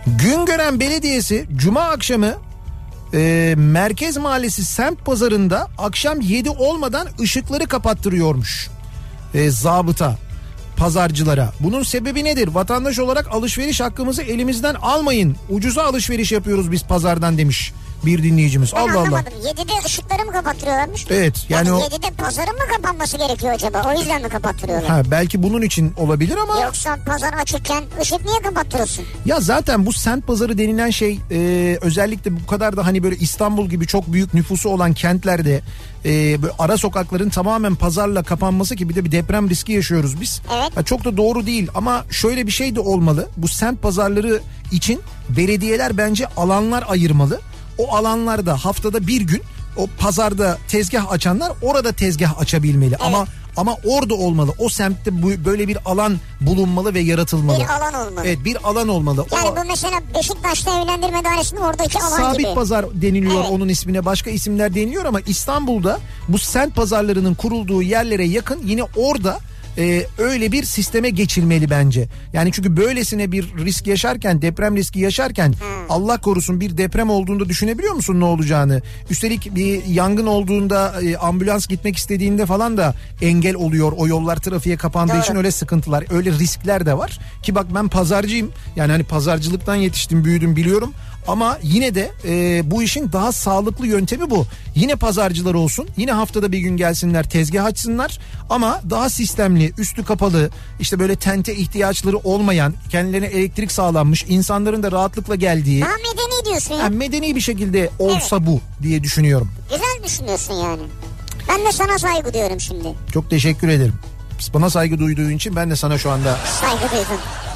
Güngören Belediyesi Cuma akşamı Merkez Mahallesi semt pazarında akşam 7 olmadan ışıkları kapattırıyormuş. Zabıta pazarcılara. Bunun sebebi nedir? Vatandaş olarak alışveriş hakkımızı elimizden almayın. Ucuza alışveriş yapıyoruz biz pazardan demiş bir dinleyicimiz. Ben Allah anlamadım. Allah. 7'de ışıkları mı kapattırıyorlarmış? Evet. Yani o... 7'de pazarın mı kapanması gerekiyor acaba? O yüzden mi kapattırıyorlar? Ha, belki bunun için olabilir ama... Yoksa pazar açıkken ışık niye kapattırıyorsun? Ya zaten bu semt pazarı denilen şey özellikle bu kadar da hani böyle İstanbul gibi çok büyük nüfusu olan kentlerde böyle ara sokakların tamamen pazarla kapanması ki bir de bir deprem riski yaşıyoruz biz. Evet. Ya çok da doğru değil ama şöyle bir şey de olmalı. Bu semt pazarları için belediyeler bence alanlar ayırmalı. O alanlarda haftada bir gün o pazarda tezgah açanlar orada tezgah açabilmeli. Evet. Ama orada olmalı. O semtte böyle bir alan bulunmalı ve yaratılmalı. Bir alan olmalı. Evet, bir alan olmalı. Yani bu mesela Beşiktaş'ta evlendirme dairesinin oradaki alan sabit gibi. Sabit pazar deniliyor, evet. Onun ismine başka isimler deniliyor ama İstanbul'da bu semt pazarlarının kurulduğu yerlere yakın yine orada öyle bir sisteme geçilmeli bence. Yani çünkü böylesine bir risk yaşarken, deprem riski yaşarken Allah korusun bir deprem olduğunda düşünebiliyor musun ne olacağını? Üstelik bir yangın olduğunda ambulans gitmek istediğinde falan da engel oluyor. O yollar trafiğe kapandığı için öyle sıkıntılar, öyle riskler de var. Ki bak ben pazarcıyım. Yani hani pazarcılıktan yetiştim, büyüdüm, biliyorum. Ama yine de bu işin daha sağlıklı yöntemi bu. Yine pazarcılar olsun. Yine haftada bir gün gelsinler, tezgah açsınlar. Ama daha sistemli, üstü kapalı, işte böyle tente ihtiyaçları olmayan, kendilerine elektrik sağlanmış, insanların da rahatlıkla geldiği. Daha medeni diyorsun ya. Yani medeni bir şekilde olsa bu diye düşünüyorum. Güzel düşünüyorsun yani. Ben de sana saygı duyuyorum şimdi. Çok teşekkür ederim. Bana saygı duyduğun için ben de sana şu anda... Saygı duydum.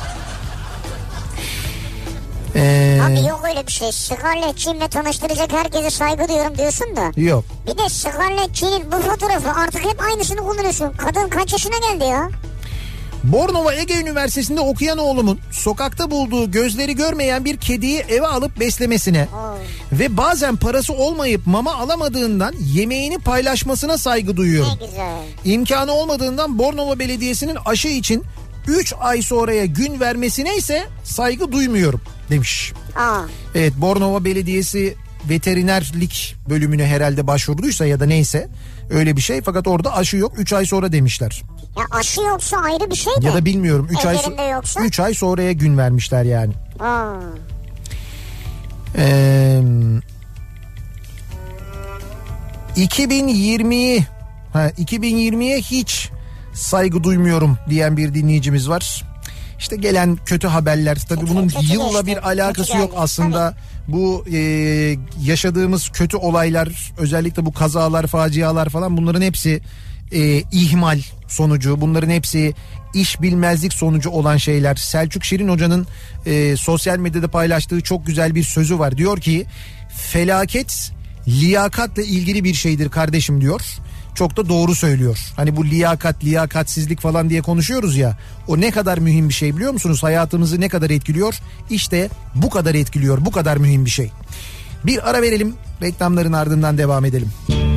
Abi yok öyle bir şey. Scarlett'ciğimle tanıştıracak herkese saygı duyuyorum diyorsun da. Yok. Bir de Scarlett'ciğinin bu fotoğrafı artık hep aynısını kullanıyorsun. Kadın kaç yaşına geldi ya? Bornova Ege Üniversitesi'nde okuyan oğlumun sokakta bulduğu gözleri görmeyen bir kediyi eve alıp beslemesine ve bazen parası olmayıp mama alamadığından yemeğini paylaşmasına saygı duyuyorum. Ne güzel. İmkanı olmadığından Bornova Belediyesi'nin aşı için 3 ay sonraya gün vermesine ise saygı duymuyorum demiş. Evet, Bornova Belediyesi veterinerlik bölümüne herhalde başvurduysa ya da neyse öyle bir şey, fakat orada aşı yok, 3 ay sonra demişler. Ya aşı yoksa ayrı bir şey de. Ya da bilmiyorum 3 ay sonraya gün vermişler yani. 2020'ye hiç saygı duymuyorum diyen bir dinleyicimiz var. İşte gelen kötü haberler, tabii bunun yılla bir alakası yok aslında. Bu yaşadığımız kötü olaylar, özellikle bu kazalar, facialar falan, bunların hepsi ihmal sonucu, bunların hepsi iş bilmezlik sonucu olan şeyler. Selçuk Şirin Hoca'nın sosyal medyada paylaştığı çok güzel bir sözü var. Diyor ki felaket liyakatla ilgili bir şeydir kardeşim diyor. Çok da doğru söylüyor. Hani bu liyakat, liyakatsizlik falan diye konuşuyoruz ya. O ne kadar mühim bir şey biliyor musunuz? Hayatımızı ne kadar etkiliyor? İşte bu kadar etkiliyor. Bu kadar mühim bir şey. Bir ara verelim. Reklamların ardından devam edelim.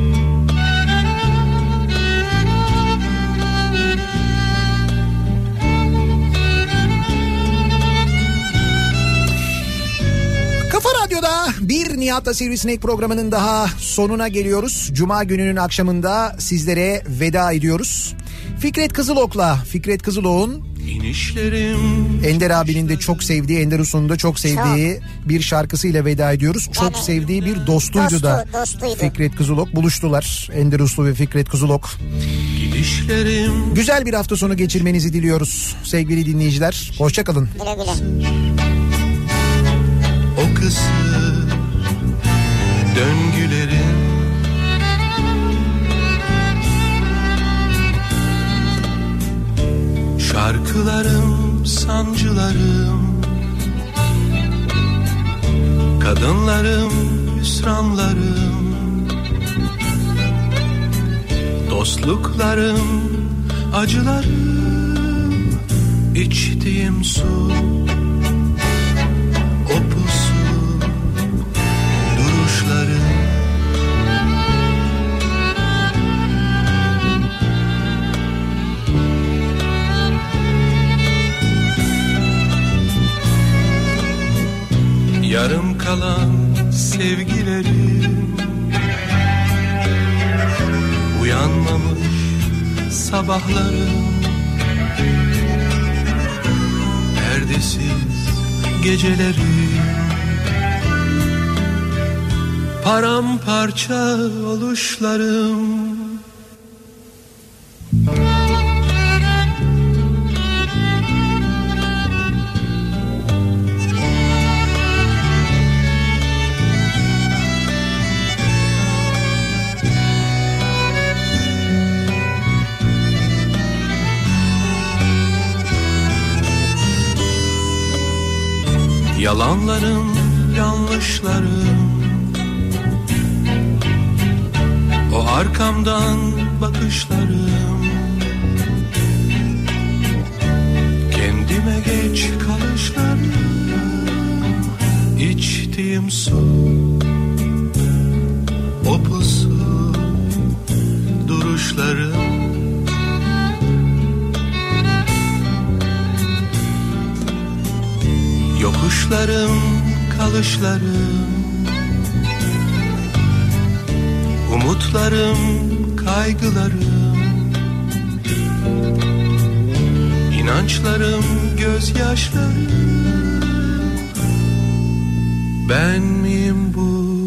Bir Nihat'la Sivrisinek programının daha sonuna geliyoruz. Cuma gününün akşamında sizlere veda ediyoruz. Fikret Kızılok'un Ender abinin de çok sevdiği, Ender Uslu'nun da çok sevdiği bir şarkısıyla veda ediyoruz. Çok sevdiği bir dostuydu. Fikret Kızılok. Buluştular Ender Uslu ve Fikret Kızılok. Güzel bir hafta sonu geçirmenizi diliyoruz sevgili dinleyiciler. Hoşçakalın. Güle güle. O kısır döngülerin şarkılarım, sancılarım, kadınlarım, hüsranlarım, dostluklarım, acılarım, içtiğim su, o pusu, duruşlarım. kalan sevgilerim, uyanmamış sabahlarım, perdesiz gecelerim, paramparça oluşlarım. Yalanlarım, yanlışlarım, o arkamdan bakışlarım, kendime geç kalışlarım, içtiğim su, o pusu duruşlarım, yokuşlarım, kalışlarım, umutlarım, kaygılarım, inançlarım, gözyaşlarım. Ben miyim bu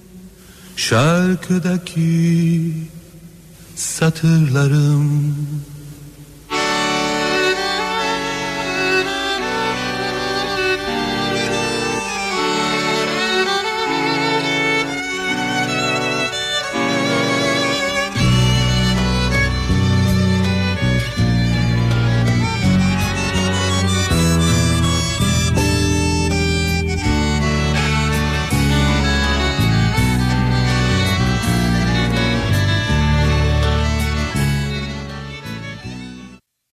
şarkıdaki satırlarım?